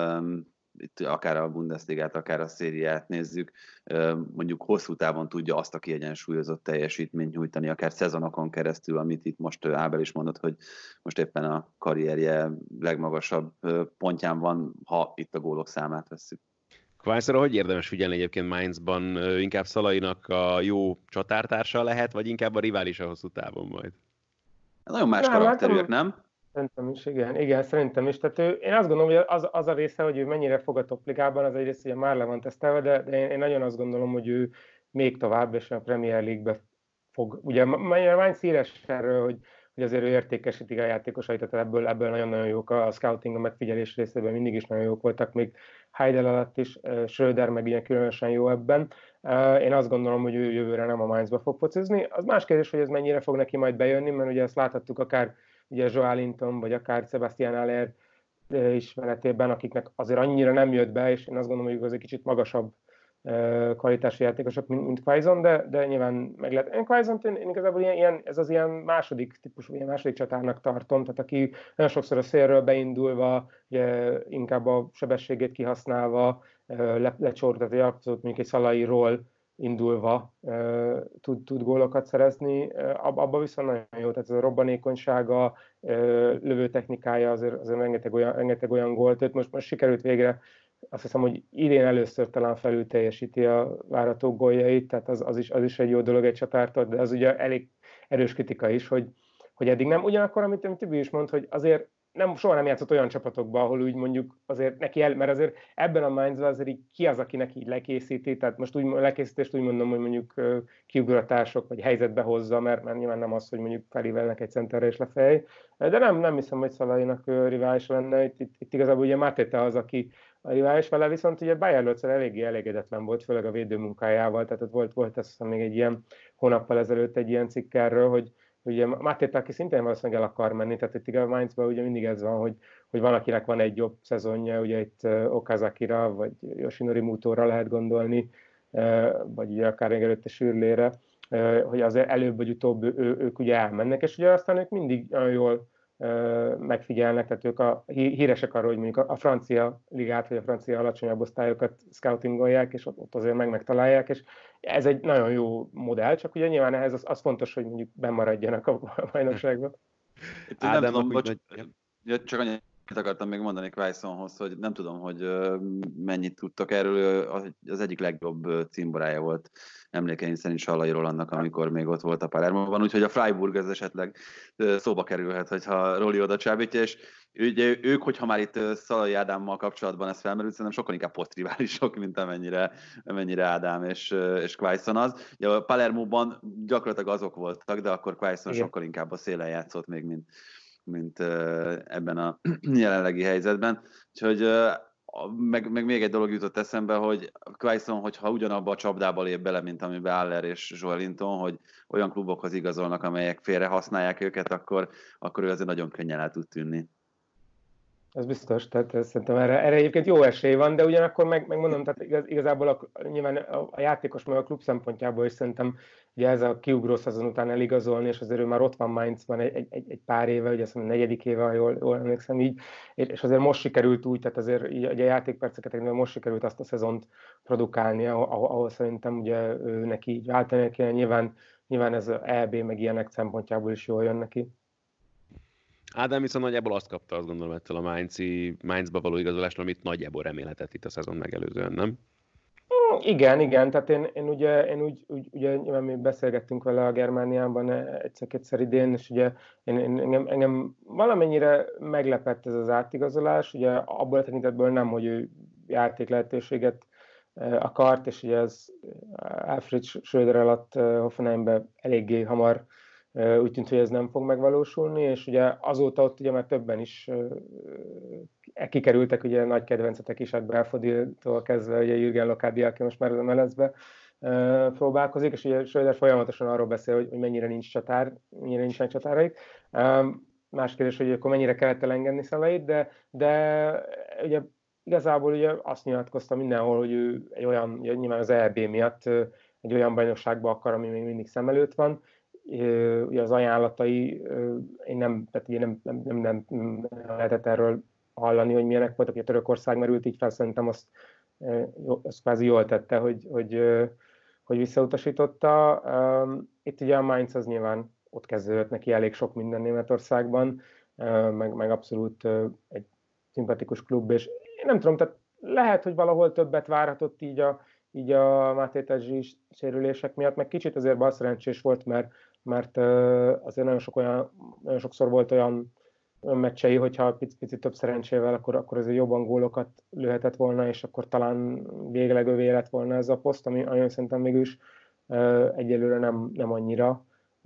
S4: itt akár a Bundesligát, akár a szériát nézzük, mondjuk hosszú távon tudja azt a kiegyensúlyozott teljesítményt nyújtani, akár szezonokon keresztül, amit itt most Ábel is mondott, hogy most éppen a karrierje legmagasabb pontján van, ha itt a gólok számát vesszük.
S2: Kvájszorra hogy érdemes figyelni egyébként Mainzban? Inkább Szalainak a jó csatártársa lehet, vagy inkább a rivális a hosszú távon majd?
S4: Nagyon más nem, karakterűek, nem?
S3: Szerintem is, igen, igen, szerintem is. Tehát ő, én azt gondolom, hogy az, az a része, hogy ő mennyire fog a topligában, az egyrészt ugye már le van tesztelve, de, de én, én nagyon azt gondolom, hogy ő még tovább, és a Premier League-be fog. Ugye Mainz híres erről, hogy, hogy azért ő értékesítik a játékosait, tehát ebből, ebből nagyon-nagyon jók a scouting, a megfigyelés részében mindig is nagyon jók voltak, még Heidel alatt is, Schröder meg ilyen különösen jó ebben. Én azt gondolom, hogy ő jövőre nem a Mainzba fog focizni. Az más kérdés, hogy ez mennyire fog neki majd bejönni, mert ugye ezt láthattuk akár ugye Joelinton, vagy akár Sebastian Haller ismeretében, akiknek azért annyira nem jött be, és én azt gondolom, hogy az egy kicsit magasabb kvalitású játékosok, mint, mint Quaison, de, de nyilván meg lehet. Én Quaison-t én, én igazából ilyen, ilyen, ez az ilyen második típusú, ilyen második csatárnak tartom, tehát aki nagyon sokszor a szélről beindulva, ugye, inkább a sebességét kihasználva, le, lecsorgat egy alapozót, mondjuk egy Szalairól indulva uh, tud, tud gólokat szerezni, uh, abban viszont nagyon jó, tehát ez a robbanékonysága, uh, lövőtechnikája, azért, azért rengeteg, olyan, rengeteg olyan gólt, őt most, most sikerült végre, azt hiszem, hogy idén először talán felül teljesíti a várató góljait, tehát az, az, is, az is egy jó dolog egy csatártól, de az ugye elég erős kritika is, hogy, hogy eddig nem. Ugyanakkor, amit, amit Tibi is mond, hogy azért nem, soha nem játszott olyan csapatokban, ahol úgy mondjuk azért neki el, mert azért ebben a Mainzban azért így ki az, aki neki így lekészíti, tehát most úgy lekészítést úgy mondom, hogy mondjuk kiugratások, vagy helyzetbe hozza, mert, mert nyilván nem az, hogy mondjuk felívelnek egy centerre és lefej, de nem, nem hiszem, hogy Szalainak rivális lenne, itt, itt, itt igazából ugye Mateta az, aki a rivális vele, viszont ugye Bayer Lőtszer eléggé elégedetlen volt, főleg a védőmunkájával, tehát ott volt, volt azt hiszem még egy ilyen hónappal ezelőtt egy ilyen cikk erről, hogy ugye Mateta, aki szintén valószínűleg el akar menni, tehát itt a Mainzban ugye mindig ez van, hogy, hogy van, akinek van egy jobb szezonja, ugye itt Okazakira, vagy Yoshinori Mutóra lehet gondolni, vagy ugye akár még előtte Sürlére, hogy azért előbb vagy utóbb ő, ők ugye elmennek, és ugye aztán ők mindig nagyon jól megfigyelnek, tehát ők a, híresek arról, hogy mondjuk a francia ligát, vagy a francia alacsonyabb osztályokat scoutingolják, és ott azért meg megtalálják, és ez egy nagyon jó modell, csak ugye nyilván ehhez az, az fontos, hogy mondjuk bennmaradjanak a bajnokságban.
S4: Nem tudom, bocs, nagy... csak annyit akartam még mondani Quaisonhoz, hogy nem tudom, hogy mennyit tudtak erről, az egyik legjobb címborája volt emlékeim szerint Sallairól annak, amikor még ott volt a Palermoban, úgyhogy a Freiburg ez esetleg szóba kerülhet, hogyha Roli oda csábítja, és ugye ők, hogyha már itt Szalai Ádámmal kapcsolatban ez felmerült, szerintem sokkal inkább posztriválisok, mint amennyire, amennyire Ádám és, és Quaison az. Ugye a Palermoban gyakorlatilag azok voltak, de akkor Quaison sokkal inkább a szélen játszott még, mint mint ebben a jelenlegi helyzetben. Úgyhogy meg, meg még egy dolog jutott eszembe, hogy Quaison, hogyha ugyanabba a csapdába lép bele, mint amiben Haller és Joelinton, hogy olyan klubokhoz igazolnak, amelyek félre használják őket, akkor, akkor ő azért nagyon könnyen el tud tűnni.
S3: Ez biztos, tehát szerintem erre, erre egyébként jó esély van, de ugyanakkor meg, megmondom, tehát igaz, igazából a, nyilván a, a játékos meg a klub szempontjából is szerintem ugye ez a kiugró szezon után eligazolni, és azért ő már ott van Mainzban egy, egy, egy pár éve, ugye azt mondom, negyedik éve, ha jól, jól emlékszem így, és azért most sikerült úgy, tehát azért így, ugye a játékperceket most sikerült azt a szezont produkálni, ahol, ahol szerintem ugye ő neki így váltani kéne, nyilván, nyilván ez E B meg ilyenek szempontjából is jól jön neki.
S2: Ádám viszont nagyjából azt kapta, azt gondolom, ettől a Mainzi, Mainzba való igazolástól, amit nagyjából remélhetett itt a szezon megelőzően, nem?
S3: Igen, igen, tehát én, én ugye, én úgy, úgy, ugye nyilván mi beszélgettünk vele a Germániában egyszer-kétszer idén, és ugye én, én, engem, engem valamennyire meglepett ez az átigazolás, ugye abból a tekintetből nem, hogy ő játék lehetőséget akart, és ugye ez Alfred Schröder alatt Hoffenheimben eléggé hamar úgy tűnt, hogy ez nem fog megvalósulni, és ugye azóta ott ugye már többen is kikerültek ugye nagy kedvencetek is, hát Belfodiltól kezdve ugye Jürgen Lokádia, aki most már az em el es-be próbálkozik, és ugye Schröder folyamatosan arról beszél, hogy, hogy mennyire nincs csatár, mennyire nincsenek csatáraik. Más kérdés, hogy akkor mennyire kellett elengedni Szalait, de, de ugye igazából ugye azt nyilatkozta mindenhol, hogy ő egy olyan, ugye nyilván az é bé miatt egy olyan bajnokságba akar, ami még mindig szem előtt van. Ugye az ajánlatai, én nem, tehát ugye nem, nem, nem, nem, nem lehetett erről hallani, hogy milyenek voltak, hogy a Törökország merült így fel, szerintem azt, azt kvázi jól tette, hogy, hogy, hogy visszautasította. Itt ugye a Mainz az nyilván ott kezdődött neki elég sok minden Németországban, meg, meg abszolút egy szimpatikus klub, és én nem tudom, tehát lehet, hogy valahol többet várhatott így a, így a Máté Tezsi sérülések miatt, meg kicsit azért balszerencsés volt, mert, mert azért nagyon, sok olyan, nagyon sokszor volt olyan, olyan meccsei, hogyha picit, picit több szerencsével, akkor, akkor azért jobban gólokat lőhetett volna, és akkor talán végleg övé lett volna ez a poszt, ami, ami szerintem mégis egyelőre nem, nem annyira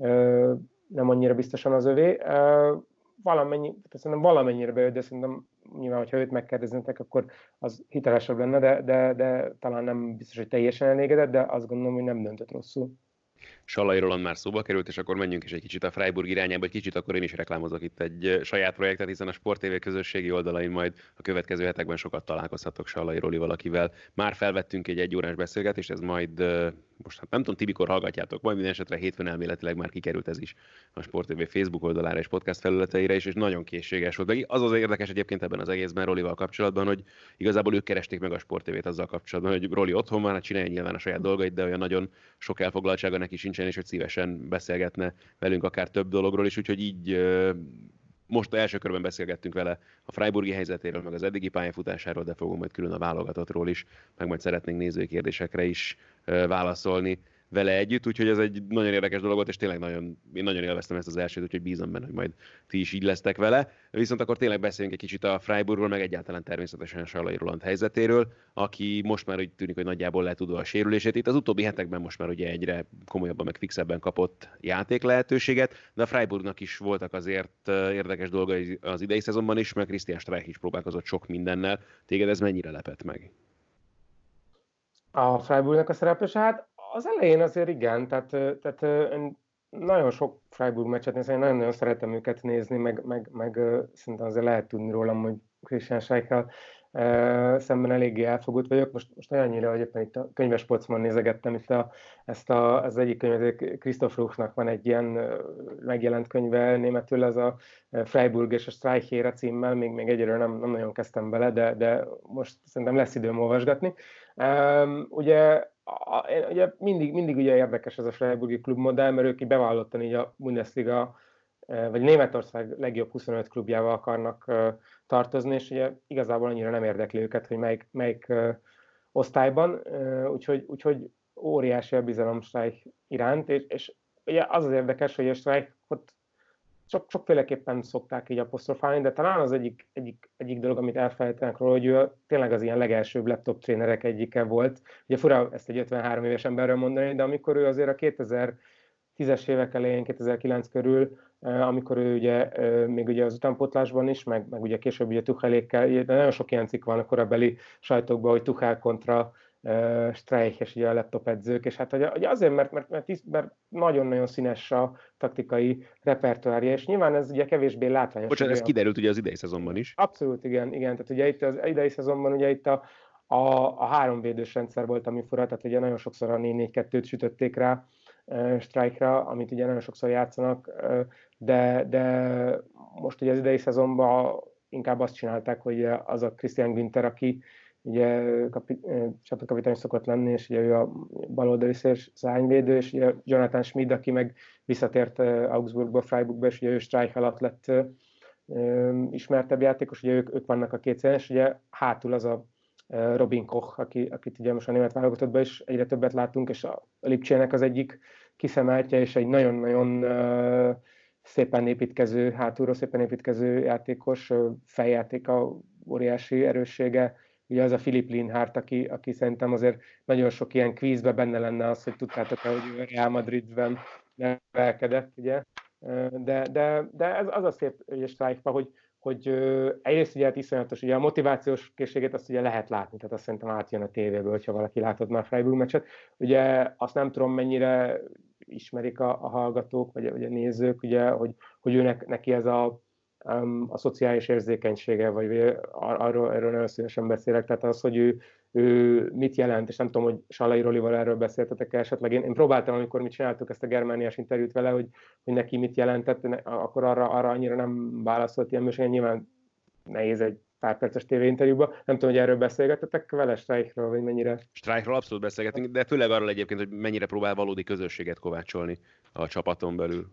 S3: nem annyira biztosan az övé. Valamennyi, szerintem valamennyire bejött, de szerintem nyilván, hogyha őt megkérdeznétek, akkor az hitelesebb lenne, de, de, de talán nem biztos, hogy teljesen elégedett, de azt gondolom, hogy nem döntött rosszul.
S2: Sallai Roland már szóba került, és akkor menjünk is egy kicsit a Freiburg irányába, egy kicsit akkor én is reklámozok itt egy saját projektet, hiszen a Sport té vé közösségi oldalain majd a következő hetekben sokat találkozhatok Sallai Rolival, akivel már felvettünk egy egyórás beszélgetést, ez majd, most hát nem tudom, ti mikor hallgatjátok, majd minden esetre hétfőn elméletileg már kikerült ez is a Sport té vé Facebook oldalára és podcast felületeire is, és nagyon készséges volt. Az az érdekes egyébként ebben az egészben Rolival kapcsolatban, hogy igazából ők keresték meg a Sport té vét azzal kapcsolatban, hogy Roli otthon van, hát csinálja nyilván a saját dolgait, de olyan nagyon sok elfoglaltsága neki sincsen, és hogy szívesen beszélgetne velünk akár több dologról is, úgyhogy így most első körben beszélgettünk vele a freiburgi helyzetéről, meg az eddigi pályafutásáról, de fogunk majd külön a válogatottról is, meg majd szeretnénk nézői kérdésekre is válaszolni vele együtt, úgyhogy ez egy nagyon érdekes dolog volt, és tényleg nagyon, én nagyon élveztem ezt az elsőt, úgyhogy bízom benne, hogy majd ti is így lesztek vele. Viszont akkor tényleg beszéljünk egy kicsit a Freiburgról, meg egyáltalán természetesen a Sallai Roland helyzetéről, aki most már úgy tűnik, hogy nagyjából letudva a sérülését. Itt az utóbbi hetekben most már ugye egyre komolyabban, meg fixebben kapott játék lehetőséget, de a Freiburgnak is voltak azért érdekes dolgai az idei szezonban is, meg Christian Streich is próbálkozott sok mindennel. Téged ez mennyire lepett meg?
S3: A Freiburgnak a szereplése, hát az elején azért igen, tehát, tehát nagyon sok Freiburg meccset nézni, én nagyon-nagyon szeretem őket nézni, meg, meg, meg szerintem azért lehet tudni rólam, hogy Christian Streich-kel szemben eléggé elfogult vagyok. Most, most olyannyira, hogy éppen itt a könyvesportban nézegettem itt a, ezt a, az egyik könyvet, Christoph Ruchnak van egy ilyen megjelent könyve németül, ez a Freiburg és a Streich-ére címmel, még, még egyelőre nem, nem nagyon kezdtem bele, de, de most szerintem lesz időm olvasgatni. Um, ugye A, ugye mindig, mindig ugye érdekes ez a Freiburgi klubmodell, mert ők így bevallottan így a Bundesliga, vagy Németország legjobb huszonöt klubjával akarnak tartozni, és ugye igazából annyira nem érdekli őket, hogy melyik, melyik osztályban, úgyhogy, úgyhogy óriási a bizalom Streich iránt, és, és ugye az az érdekes, hogy a Streichot sok, sokféleképpen szokták így apostrofálni, de talán az egyik, egyik, egyik dolog, amit elfelejtenek róla, hogy ő tényleg az ilyen legelsőbb laptop trénerek egyike volt. Ugye fura ezt egy ötvenhárom éves emberről mondani, de amikor ő azért a kétezer-tízes évek elején, kétezer-kilenc körül, amikor ő ugye még ugye az utánpótlásban is, meg, meg ugye később ugye Tuchelékkel, de nagyon sok ilyen cikk van a korabeli sajtókban, hogy Tuchel kontra Uh, Streich és ugye a laptop edzők, és hát ugye azért, mert, mert, mert, mert nagyon-nagyon színes a taktikai repertoárja, és nyilván ez ugye kevésbé látványos.
S2: Bocsánat, ez kiderült ugye az idei szezonban is.
S3: Abszolút, igen, igen. Tehát ugye itt az idei szezonban ugye itt a, a, a háromvédős rendszer volt, ami fura, tehát ugye nagyon sokszor a négy négy kettőt sütötték rá uh, Streichra, amit ugye nagyon sokszor játszanak, uh, de, de most ugye az idei szezonban inkább azt csinálták, hogy az a Christian Günther, aki ugye kapi, csapatkapitány szokott lenni, és ugye ő a baloldali szárnyvédő, és ugye Jonathan Schmid, aki meg visszatért Augsburgba, Freiburgba, és ugye ő Streich alatt lett ö, ismertebb játékos, ugye ők, ők vannak a két szélen, és ugye hátul az a Robin Koch, aki, akit ugye most a német válogatottban is egyre többet látunk, és a Lipcsének az egyik kiszemeltje, és egy nagyon-nagyon ö, szépen építkező, hátulról szépen építkező játékos, fejjátéka, óriási erőssége. Ugye az a Philipp Lienhardt, aki, aki szerintem azért nagyon sok ilyen kvízben benne lenne az, hogy tudtátok-e, hogy ő a Real Madridben nevelkedett, ugye. De, de, de ez az a szép ugye Streichban, hogy, hogy egyrészt ugye hát iszonyatos, ugye a motivációs készségét azt ugye lehet látni, tehát azt szerintem átjön a tévéből, hogyha valaki látott már Freiburg meccset. Ugye azt nem tudom, mennyire ismerik a, a hallgatók, vagy, vagy a nézők, ugye, hogy, hogy őnek, neki ez a, a szociális érzékenysége, vagy arról, erről nagyon szívesen beszélek, tehát az, hogy ő, ő mit jelent, és nem tudom, hogy Sallai Rolival erről beszéltetek esetleg. Én, én próbáltam, amikor mi csináltuk ezt a germániás interjút vele, hogy, hogy neki mit jelentett, akkor arra, arra annyira nem válaszolt ilyen műsorban, nyilván nehéz egy pár perces tévéinterjúban. Nem tudom, hogy erről beszélgettetek vele, Streichről, vagy mennyire?
S2: Streichről abszolút beszélgetünk, de főleg arról egyébként, hogy mennyire próbál valódi közösséget kovácsolni a csapaton belül.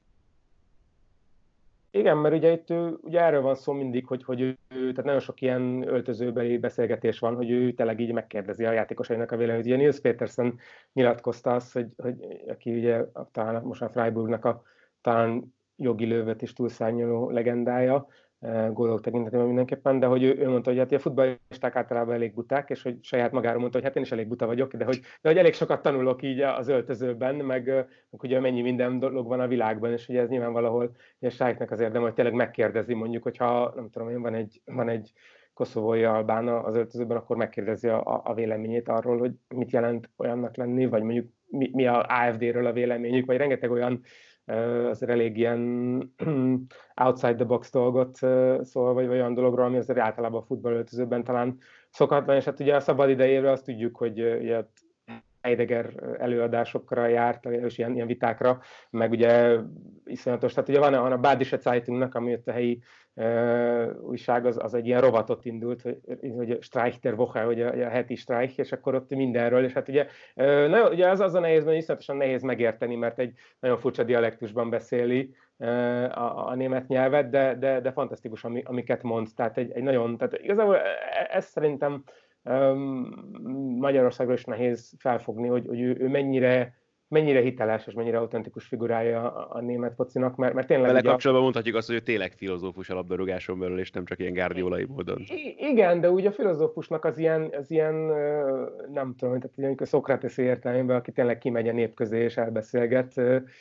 S3: Igen, mert ugye itt ugye erről van szó mindig, hogy, hogy ő, tehát nagyon sok ilyen öltözőbeli beszélgetés van, hogy ő tényleg így megkérdezi a játékosainak a véleményét. Ugye Nils Petersen nyilatkozta azt, hogy, hogy aki ugye talán most a Freiburgnak a talán jogi lővet is túlszárnyaló legendája, gólok tekintetében mindenképpen, de hogy ő, ő mondta, hogy hát a futballisták általában elég buták, és hogy saját magáról mondta, hogy hát én is elég buta vagyok, de hogy, de hogy elég sokat tanulok így az öltözőben, meg, meg ugye mennyi minden dolog van a világban, és ugye ez nyilván valahol a Streichnek az érdem, hogy tényleg megkérdezi, mondjuk, hogyha nem tudom én, van egy, van egy koszovói albán az öltözőben, akkor megkérdezi a, a véleményét arról, hogy mit jelent olyannak lenni, vagy mondjuk mi, mi a á ef dé-ről a véleményük, vagy rengeteg olyan azért elég ilyen outside the box dolgot szól, vagy olyan dologról, ami azért általában a futballöltözőben talán szokatlan, és hát ugye a szabad idejéről azt tudjuk, hogy ugye Heidegger előadásokra járt, és ilyen, ilyen vitákra, meg ugye iszonyatos, tehát ugye van a, a Badische Zeitungnak, ami ott a helyi uh, újság, az, az egy ilyen rovatot indult, hogy, hogy Streich der Woche, hogy a, a heti Streich, és akkor ott mindenről, és hát ugye, uh, na, ugye az, az a nehéz, mert iszonyatosan nehéz megérteni, mert egy nagyon furcsa dialektusban beszéli uh, a, a német nyelvet, de, de, de fantasztikus, ami, amiket mond, tehát egy, egy nagyon, tehát igazából ez szerintem Magyarországról is nehéz felfogni, hogy, hogy ő, ő mennyire, mennyire hiteles és mennyire autentikus figurája a, a német focinak, mert, mert tényleg...
S2: Vele kapcsolatban mondhatjuk azt, hogy ő tényleg filozófus a labdarúgáson belül, és nem csak ilyen gárdiolai módon.
S3: Igen, de úgy a filozófusnak az ilyen, az ilyen nem tudom, tehát ilyen Szokrateszi értelemben, aki tényleg kimegy a nép közé és elbeszélget,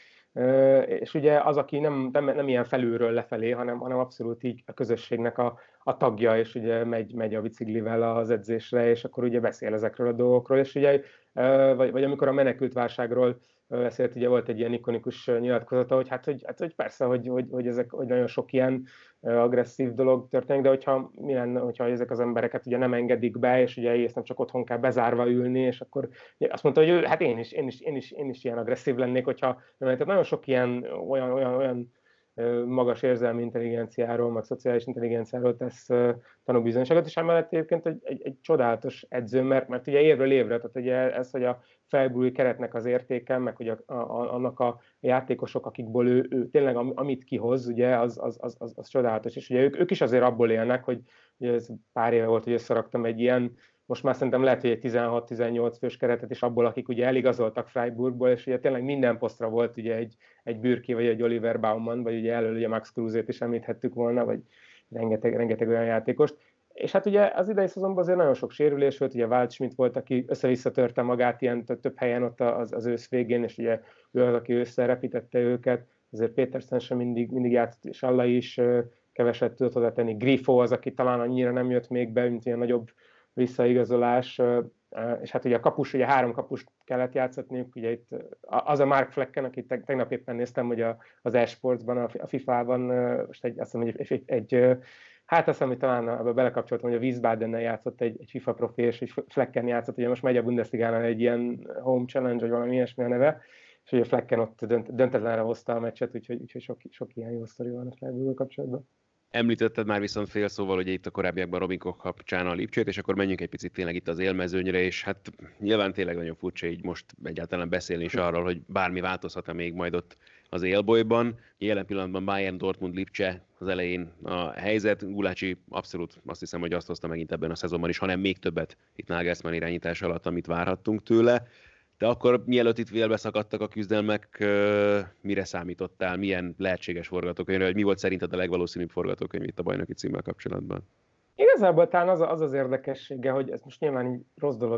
S3: és ugye az, aki nem, nem, nem ilyen felülről lefelé, hanem, hanem abszolút így a közösségnek a, a tagja, és ugye megy, megy a biciklivel az edzésre, és akkor ugye beszél ezekről a dolgokról, és ugye, vagy, vagy amikor a menekült válságról beszélt, ugye volt egy ilyen ikonikus nyilatkozata, hogy hát, hogy, hát, hogy persze, hogy, hogy, hogy, ezek, hogy nagyon sok ilyen agresszív dolog történik, de hogyha mi lenne, hogyha ezek az embereket ugye nem engedik be, és ugye egész nem csak otthon kell bezárva ülni, és akkor azt mondta, hogy hát én is, én is, én is, én is ilyen agresszív lennék, hogyha tehát nagyon sok ilyen olyan, olyan, olyan magas érzelmi intelligenciáról, meg szociális intelligenciáról tesz tanúbizonyságot, és emellett egyébként egy, egy, egy csodálatos edző, mert, mert ugye évről évre, tehát ugye ez, hogy a Freiburgi keretnek az értéke, meg hogy a, a, annak a játékosok, akikból ő, ő tényleg amit kihoz, ugye az, az, az, az, az csodálatos, és ugye ők, ők is azért abból élnek, hogy ugye ez pár éve volt, hogy összeraktam egy ilyen, most már szerintem lehet, hogy egy tizenhat-tizennyolc fős keretet, és abból, akik ugye eligazoltak Freiburgból, és ugye tényleg minden posztra volt ugye egy, egy Bürki, vagy egy Oliver Baumann, vagy ugye elől ugye Max Kruse-t is említhettük volna, vagy rengeteg, rengeteg olyan játékost. És hát ugye az idei szezonban azért nagyon sok sérülés volt, ugye Waldschmidt volt, aki össze-vissza törte magát ilyen több helyen ott az, az ősz végén, és ugye ő az, aki összerepítette őket, azért Petersen sem mindig, mindig játszott, és Sallai is keveset tudott hozzátenni. Grifo az, aki talán annyira nem jött még be, mint ilyen nagyobb visszaigazolás, és hát ugye a kapus, ugye három kapust kellett játszatniuk, ugye itt az a Mark Flecken, akit tegnap éppen néztem, hogy az eSportsban, a fifában, most egy, azt hiszem, hogy egy, egy hát azt hiszem, hogy talán abban belekapcsoltam, hogy a Wiesbadennel játszott egy, egy FIFA profi, és egy Flecken játszott, ugye most megy a Bundesligánál egy ilyen Home Challenge, vagy valami ilyesmi a neve, és ugye Flecken ott dönt, döntetlenre hozta a meccset, úgyhogy, úgyhogy sok, sok ilyen jó sztori van a Freiburggal kapcsolatban.
S2: Említetted már viszont fél szóval, hogy itt a korábbiakban Robin Koch kapcsán a Lipcsét, és akkor menjünk egy picit tényleg itt az élmezőnyre, és hát nyilván tényleg nagyon furcsa így most egyáltalán beszélni is arról, hogy bármi változhat-e még majd ott az élbolyban. Jelen pillanatban Bayern, Dortmund, Lipcse az elején a helyzet. Gulácsi abszolút azt hiszem, hogy azt hozta megint ebben a szezonban is, hanem még többet itt Nagelsmann irányítás alatt, amit várhattunk tőle. De akkor mielőtt itt félbeszakadtak a küzdelmek, mire számítottál, milyen lehetséges forgatókönyvre, vagy mi volt szerinted a legvalószínűbb forgatókönyv itt a bajnoki címmel kapcsolatban?
S3: Igazából talán az az, az érdekessége, hogy ez most nyilván így rossz dolog egy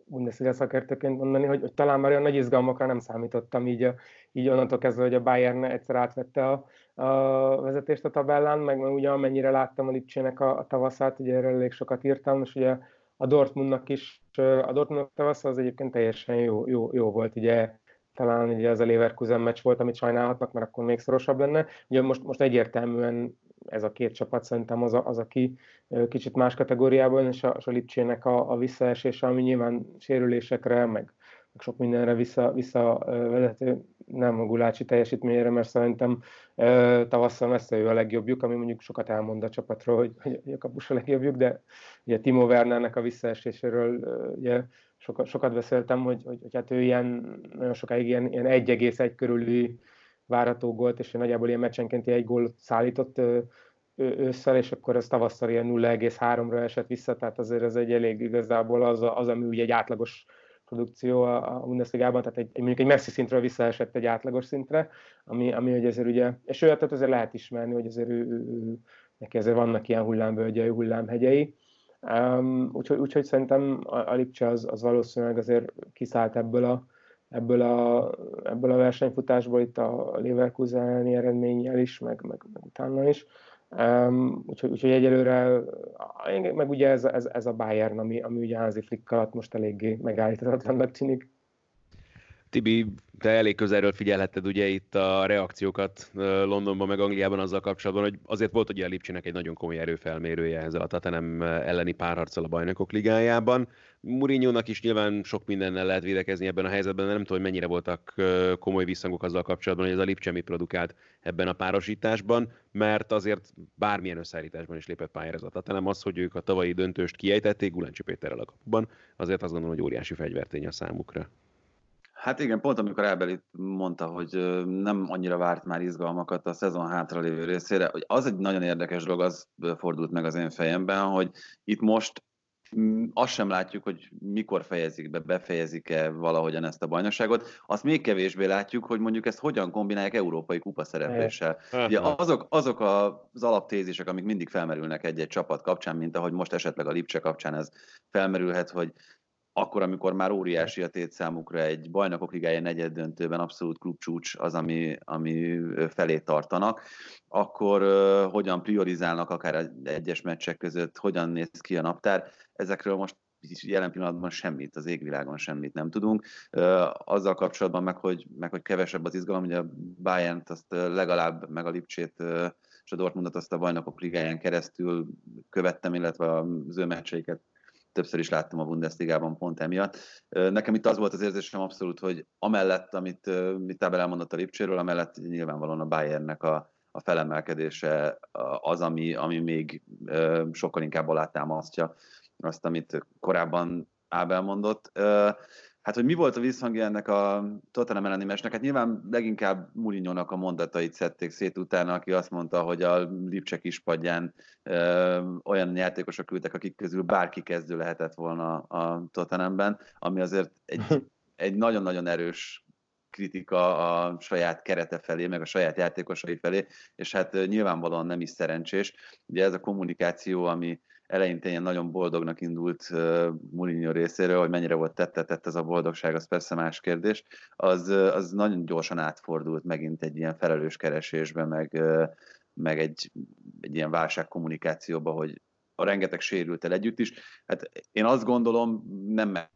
S3: Bundesliga szakértőként mondani, hogy, hogy talán már olyan nagy izgalmakra nem számítottam, így, a, így onnantól kezdve, hogy a Bayern egyszer átvette a, a vezetést a tabellán, meg ugye amennyire láttam a Lipcsének a, a tavaszát, ugye erről elég sokat írtam, és ugye a Dortmundnak is, a Dortmundnak tavasza az egyébként teljesen jó, jó, jó volt, ugye talán ugye ez a Leverkusen meccs volt, amit sajnálhatnak, mert akkor még szorosabb lenne. Ugye most, most egyértelműen ez a két csapat szerintem az, a, az aki kicsit más kategóriában, és a, a Lipcsének a, a visszaesése, ami nyilván sérülésekre, meg, meg sok mindenre vissza, visszavezető, nem a Gulácsi teljesítményére, mert szerintem tavasszal messze ő a legjobbjuk, ami mondjuk sokat elmond a csapatról, hogy, hogy a kapus a legjobbjuk, de ugye Timo Wernernek a visszaeséséről ugye sokat, sokat beszéltem, hogy, hogy, hogy hát ő ilyen, nagyon sokáig ilyen, ilyen egy egész egy körüli várható gólt, és nagyjából ilyen meccsenkénti egy gólt szállított ősszel, és akkor ez tavasszal ilyen nulla egész háromra esett vissza, tehát azért ez egy elég igazából az, az ami ugye egy átlagos produkció a Bundesligában, tehát egy, mondjuk egy messzi szintről visszaesett egy átlagos szintre, ami, ami hogy azért ugye, és ő tehát azért lehet ismerni, hogy azért ő, ő, ő, neki azért vannak ilyen hullámvölgyei, hullámhegyei, um, úgyhogy, úgyhogy szerintem a, a Lipcse az, az valószínűleg azért kiszállt ebből a ebből a, ebből a versenyfutásból, itt a Leverkuseni eredménnyel is, meg, meg, meg utána is. Um, úgyhogy, úgyhogy egyelőre, meg ugye ez, ez, ez a Bayern, ami, ami ugye Hansi Flick alatt most eléggé megállíthatatlannak tűnik.
S2: Tibi, te elég közelről figyelhetted ugye itt a reakciókat Londonban meg Angliában azzal kapcsolatban, hogy azért volt ugye a Lipcsének egy nagyon komoly erőfelmérője ezzel a Tottenham elleni párharccal a Bajnokok Ligájában. Mourinho-nak is nyilván sok mindennel lehet védekezni ebben a helyzetben, de nem tudom, hogy mennyire voltak komoly visszhangok azzal kapcsolatban, hogy ez a Lipcse mi produkált ebben a párosításban, mert azért bármilyen összeállításban is lépett pályára ez a Tottenham. Az, hogy ők a tavalyi döntőst kiejtették Gulácsi Péterrel a kapuban, azért azt gondolom, hogy óriási fegyvertény a számukra.
S4: Hát igen, pont amikor Ábel mondta, hogy nem annyira várt már izgalmakat a szezon hátralévő részére, hogy az egy nagyon érdekes dolog, az fordult meg az én fejemben, hogy itt most azt sem látjuk, hogy mikor fejezik be, befejezik-e valahogyan ezt a bajnokságot. Azt még kevésbé látjuk, hogy mondjuk ezt hogyan kombinálják európai kupa szerepléssel. Ugye azok, azok az alaptézisek, amik mindig felmerülnek egy-egy csapat kapcsán, mint ahogy most esetleg a Lipcse kapcsán ez felmerülhet, hogy akkor, amikor már óriási a tét számukra egy bajnokok ligája negyeddöntőben abszolút klubcsúcs az, ami, ami felé tartanak, akkor uh, hogyan priorizálnak akár egyes meccsek között, hogyan néz ki a naptár. Ezekről most jelen pillanatban semmit, az égvilágon semmit nem tudunk. Uh, azzal kapcsolatban meg hogy, meg, hogy kevesebb az izgalom, ugye a Bayernt azt legalább, meg a Lipcsét uh, és a Dortmundot azt a bajnokok ligáján keresztül követtem, illetve az ő meccseiket többször is láttam a Bundesligában pont emiatt. Nekem itt az volt az érzésem abszolút, hogy amellett, amit, amit Ábel elmondott a Lipcséről, amellett nyilvánvalóan a Bayernnek a, a felemelkedése az, ami, ami még sokkal inkább alátámasztja azt, amit korábban Ábel mondott. Hát, hogy mi volt a visszhangja ennek a Tottenham elleni meccsnek? Hát nyilván leginkább Mourinho-nak a mondatait szedték szét utána, aki azt mondta, hogy a Lipcse kispadján ö, olyan játékosok ültek, akik közül bárki kezdő lehetett volna a Tottenhamben, ami azért egy, egy nagyon-nagyon erős kritika a saját kerete felé, meg a saját játékosai felé, és hát nyilvánvalóan nem is szerencsés. Ugye ez a kommunikáció, ami eleinte ilyen nagyon boldognak indult uh, Mourinho részéről, hogy mennyire volt tettetett ez a boldogság, az persze más kérdés, az, uh, az nagyon gyorsan átfordult megint egy ilyen felelős keresésbe, meg, uh, meg egy, egy ilyen válságkommunikációba, hogy a rengeteg sérült el együtt is. Hát én azt gondolom, nem meg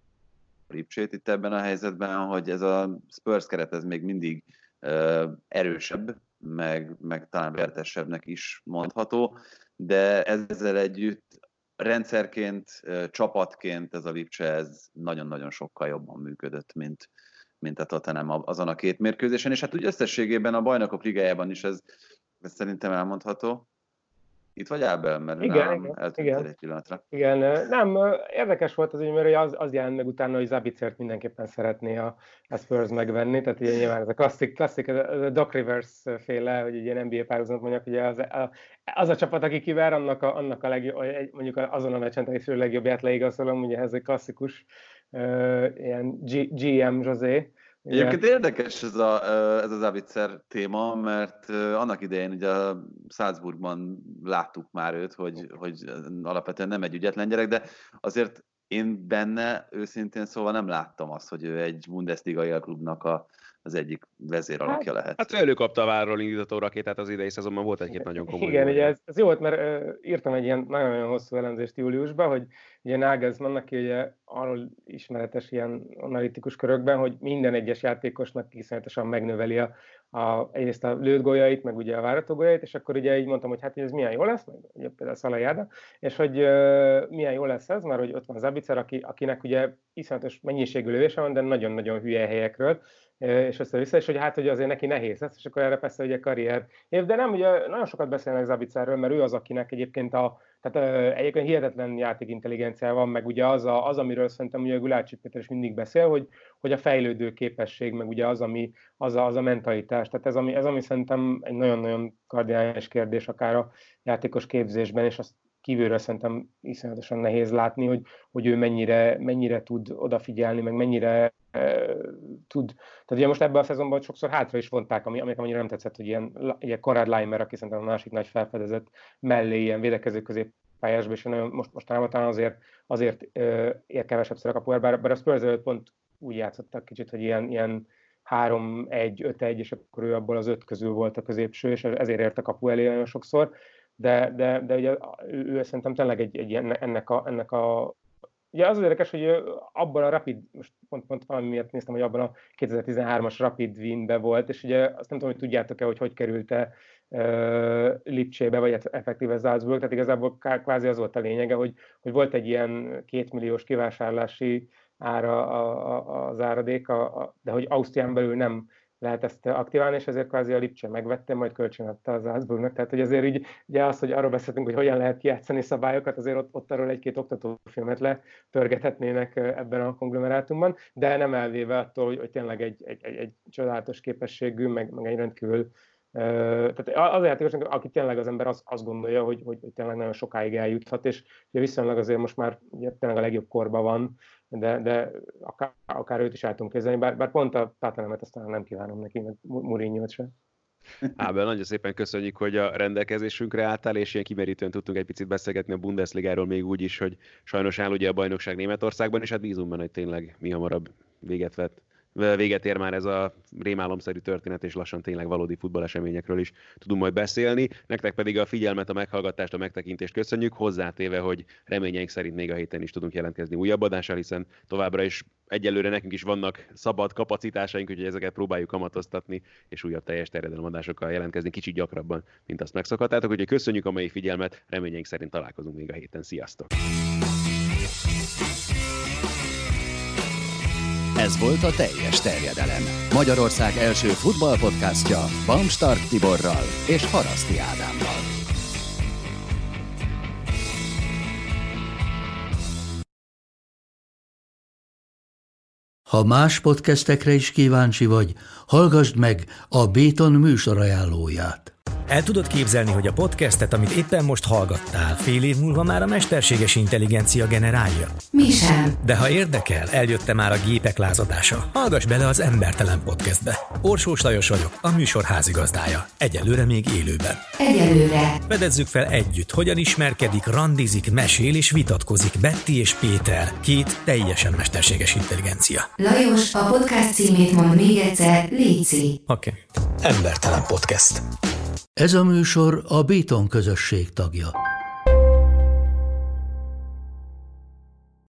S4: Lipcsét itt ebben a helyzetben, hogy ez a Spurs keret ez még mindig uh, erősebb, meg, meg talán vertesebbnek is mondható, de ezzel együtt rendszerként, csapatként ez a Lipcse ez nagyon-nagyon sokkal jobban működött, mint, mint a Tottenham azon a két mérkőzésen, és hát úgy összességében a Bajnokok Ligájában is ez, ez szerintem elmondható. Itt vagy Ábel? Mert
S3: igen, igen, igen.
S4: egy pillanatra.
S3: Igen, nem, érdekes volt az, mert az, az jelent meg utána, hogy Sabitzer mindenképpen szeretné a, a Spurs megvenni, tehát ugye nyilván ez a klasszik, klasszik a Doc Rivers féle, hogy egy ilyen en bé á párhuzamot mondjak, ugye az a, az a csapat, aki kiver, annak a, annak a legjobb, mondjuk azon a meccsen a legjobbját leigazolom, ugye ez egy klasszikus uh, ilyen G, gé em José.
S4: Ugye? Egyébként érdekes ez a, ez az Sabitzer téma, mert annak idején ugye a Salzburgban láttuk már őt, hogy, hogy alapvetően nem egy ügyetlen gyerek, de azért én benne őszintén szóval nem láttam azt, hogy ő egy Bundesliga élklubnak a, az egyik vezéralakja lehet.
S2: Hát előkapta a várról indítató rakétát az idei szezonban, volt egy-két nagyon komoly.
S3: Igen, ugye ez, ez jó volt, mert uh, írtam egy ilyen nagyon-nagyon hosszú elemzést júliusban, hogy ugye Nagelsmann, aki ugye arról ismeretes ilyen analitikus körökben, hogy minden egyes játékosnak iszonyatosan megnöveli a, a, egyrészt a lőtt góljait, meg ugye a várható góljait, és akkor ugye így mondtam, hogy hát hogy ez milyen jó lesz, meg ugye például Szalajáda, és hogy uh, milyen jó lesz ez, mert hogy ott van Zabicer, aki, akinek ugye iszonyatos mennyiségű lövése van, de nagyon-nagyon hülye helyekről, és össze-vissza, és hogy hát, hogy azért neki nehéz lesz, és akkor erre persze ugye karrier év, de nem, ugye nagyon sokat beszélnek Zabicerről, mert ő az, akinek egyébként a, tehát uh, egyébként hihetetlen játékintelligencia van, meg ugye az, a, az amiről szerintem ugye Gulácsi Péter is mindig beszél, hogy, hogy a fejlődő képesség, meg ugye az, ami, az, a, az a mentalitás, tehát ez ami, ez, ami szerintem egy nagyon-nagyon kardinális kérdés akár a játékos képzésben, és azt kívülről szerintem iszonyatosan nehéz látni, hogy, hogy ő mennyire, mennyire tud odafigyelni, meg mennyire e, tud. Tehát ugye most ebben a szezonban sokszor hátra is vonták, ami, ami annyira nem tetszett, hogy ilyen, ilyen Konrad Laimer, aki szerintem a másik nagy felfedezett mellé ilyen védekező középpályásban, és most, mostanában talán azért, azért e, ér kevesebb szer a kapuár, bár, bár a Spurs előtt pont úgy játszottak kicsit, hogy ilyen, ilyen három egy öt egy, és akkor ő abból az öt közül volt a középső, és ezért ért a kapu elé nagyon sokszor. De, de, de ugye ő, ő szerintem tényleg egy, egy ennek, a, ennek a... Ugye az az érdekes, hogy abban a Rapid, most pont, pont valami miatt néztem, hogy abban a kétezer-tizenhármas Rapid Wienbe volt, és ugye azt nem tudom, hogy tudjátok-e, hogy hogy került-e uh, Lipcsébe, vagy effektíve Salzburg, tehát igazából kvázi az volt a lényege, hogy, hogy volt egy ilyen kétmilliós kivásárlási ára a, a, az áradék, a, a, de hogy Ausztrián belül nem lehet ezt aktiválni, és ezért kvázi a Lipcse megvette, majd kölcsönadta az Salzburgnak. Tehát, hogy azért így, ugye az, hogy arról beszéltünk, hogy hogyan lehet kijátszani szabályokat, azért ott, ott arról egy-két oktatófilmet lepörgethetnének ebben a konglomerátumban, de nem elvéve attól, hogy, hogy tényleg egy, egy, egy, egy csodálatos képességű, meg, meg egy rendkívül tehát az a játékos, aki tényleg az ember azt, azt gondolja, hogy, hogy, hogy tényleg nagyon sokáig eljuthat, és ugye viszonylag azért most már ugye, tényleg a legjobb korban van, de, de akár, akár őt is el tudunk képzelni, bár, bár pont a Tottenhamet aztán nem kívánom neki, meg Mourinho-t sem.
S2: Ábel, nagyon szépen köszönjük, hogy a rendelkezésünkre álltál, és ilyen kimerítően tudtunk egy picit beszélgetni a Bundesligáról még úgy is, hogy sajnos áll ugye a bajnokság Németországban, és hát bízunk benne, hogy tényleg mi hamarabb véget vett. Véget ér már ez a rémálomszerű történet, és lassan tényleg valódi futballeseményekről is tudunk majd beszélni. Nektek pedig a figyelmet, a meghallgatást, a megtekintést köszönjük, hozzátéve, hogy reményeink szerint még a héten is tudunk jelentkezni újabb adással, hiszen továbbra is egyelőre nekünk is vannak szabad kapacitásaink, úgyhogy ezeket próbáljuk kamatoztatni, és újabb teljes terjedelemadásokkal jelentkezni kicsit gyakrabban, mint azt megszokhattátok. Úgyhogy köszönjük a mai figyelmet, reményeink szerint találkozunk még a héten. Sziasztok!
S1: Ez volt a Teljes Terjedelem. Magyarország első futballpodcastja Bamstark Tiborral és Haraszti Ádámmal.
S5: Ha más podcastekre is kíváncsi vagy, hallgassd meg a Béton műsor ajánlóját.
S6: El tudod képzelni, hogy a podcastet, amit éppen most hallgattál, fél év múlva már a mesterséges intelligencia generálja?
S7: Mi sem.
S6: De ha érdekel, eljött már a gépek lázadása. Hallgass bele az Embertelen Podcastbe. Orsós Lajos vagyok, a műsor házigazdája. Egyelőre még élőben.
S7: Egyelőre.
S6: Fedezzük fel együtt, hogyan ismerkedik, randizik, mesél és vitatkozik Betty és Péter, két teljesen mesterséges intelligencia.
S7: Lajos, a podcast címét mond még egyszer, léci.
S6: Oké. Okay. Embertelen Podcast.
S5: Ez a műsor a Béton közösség tagja.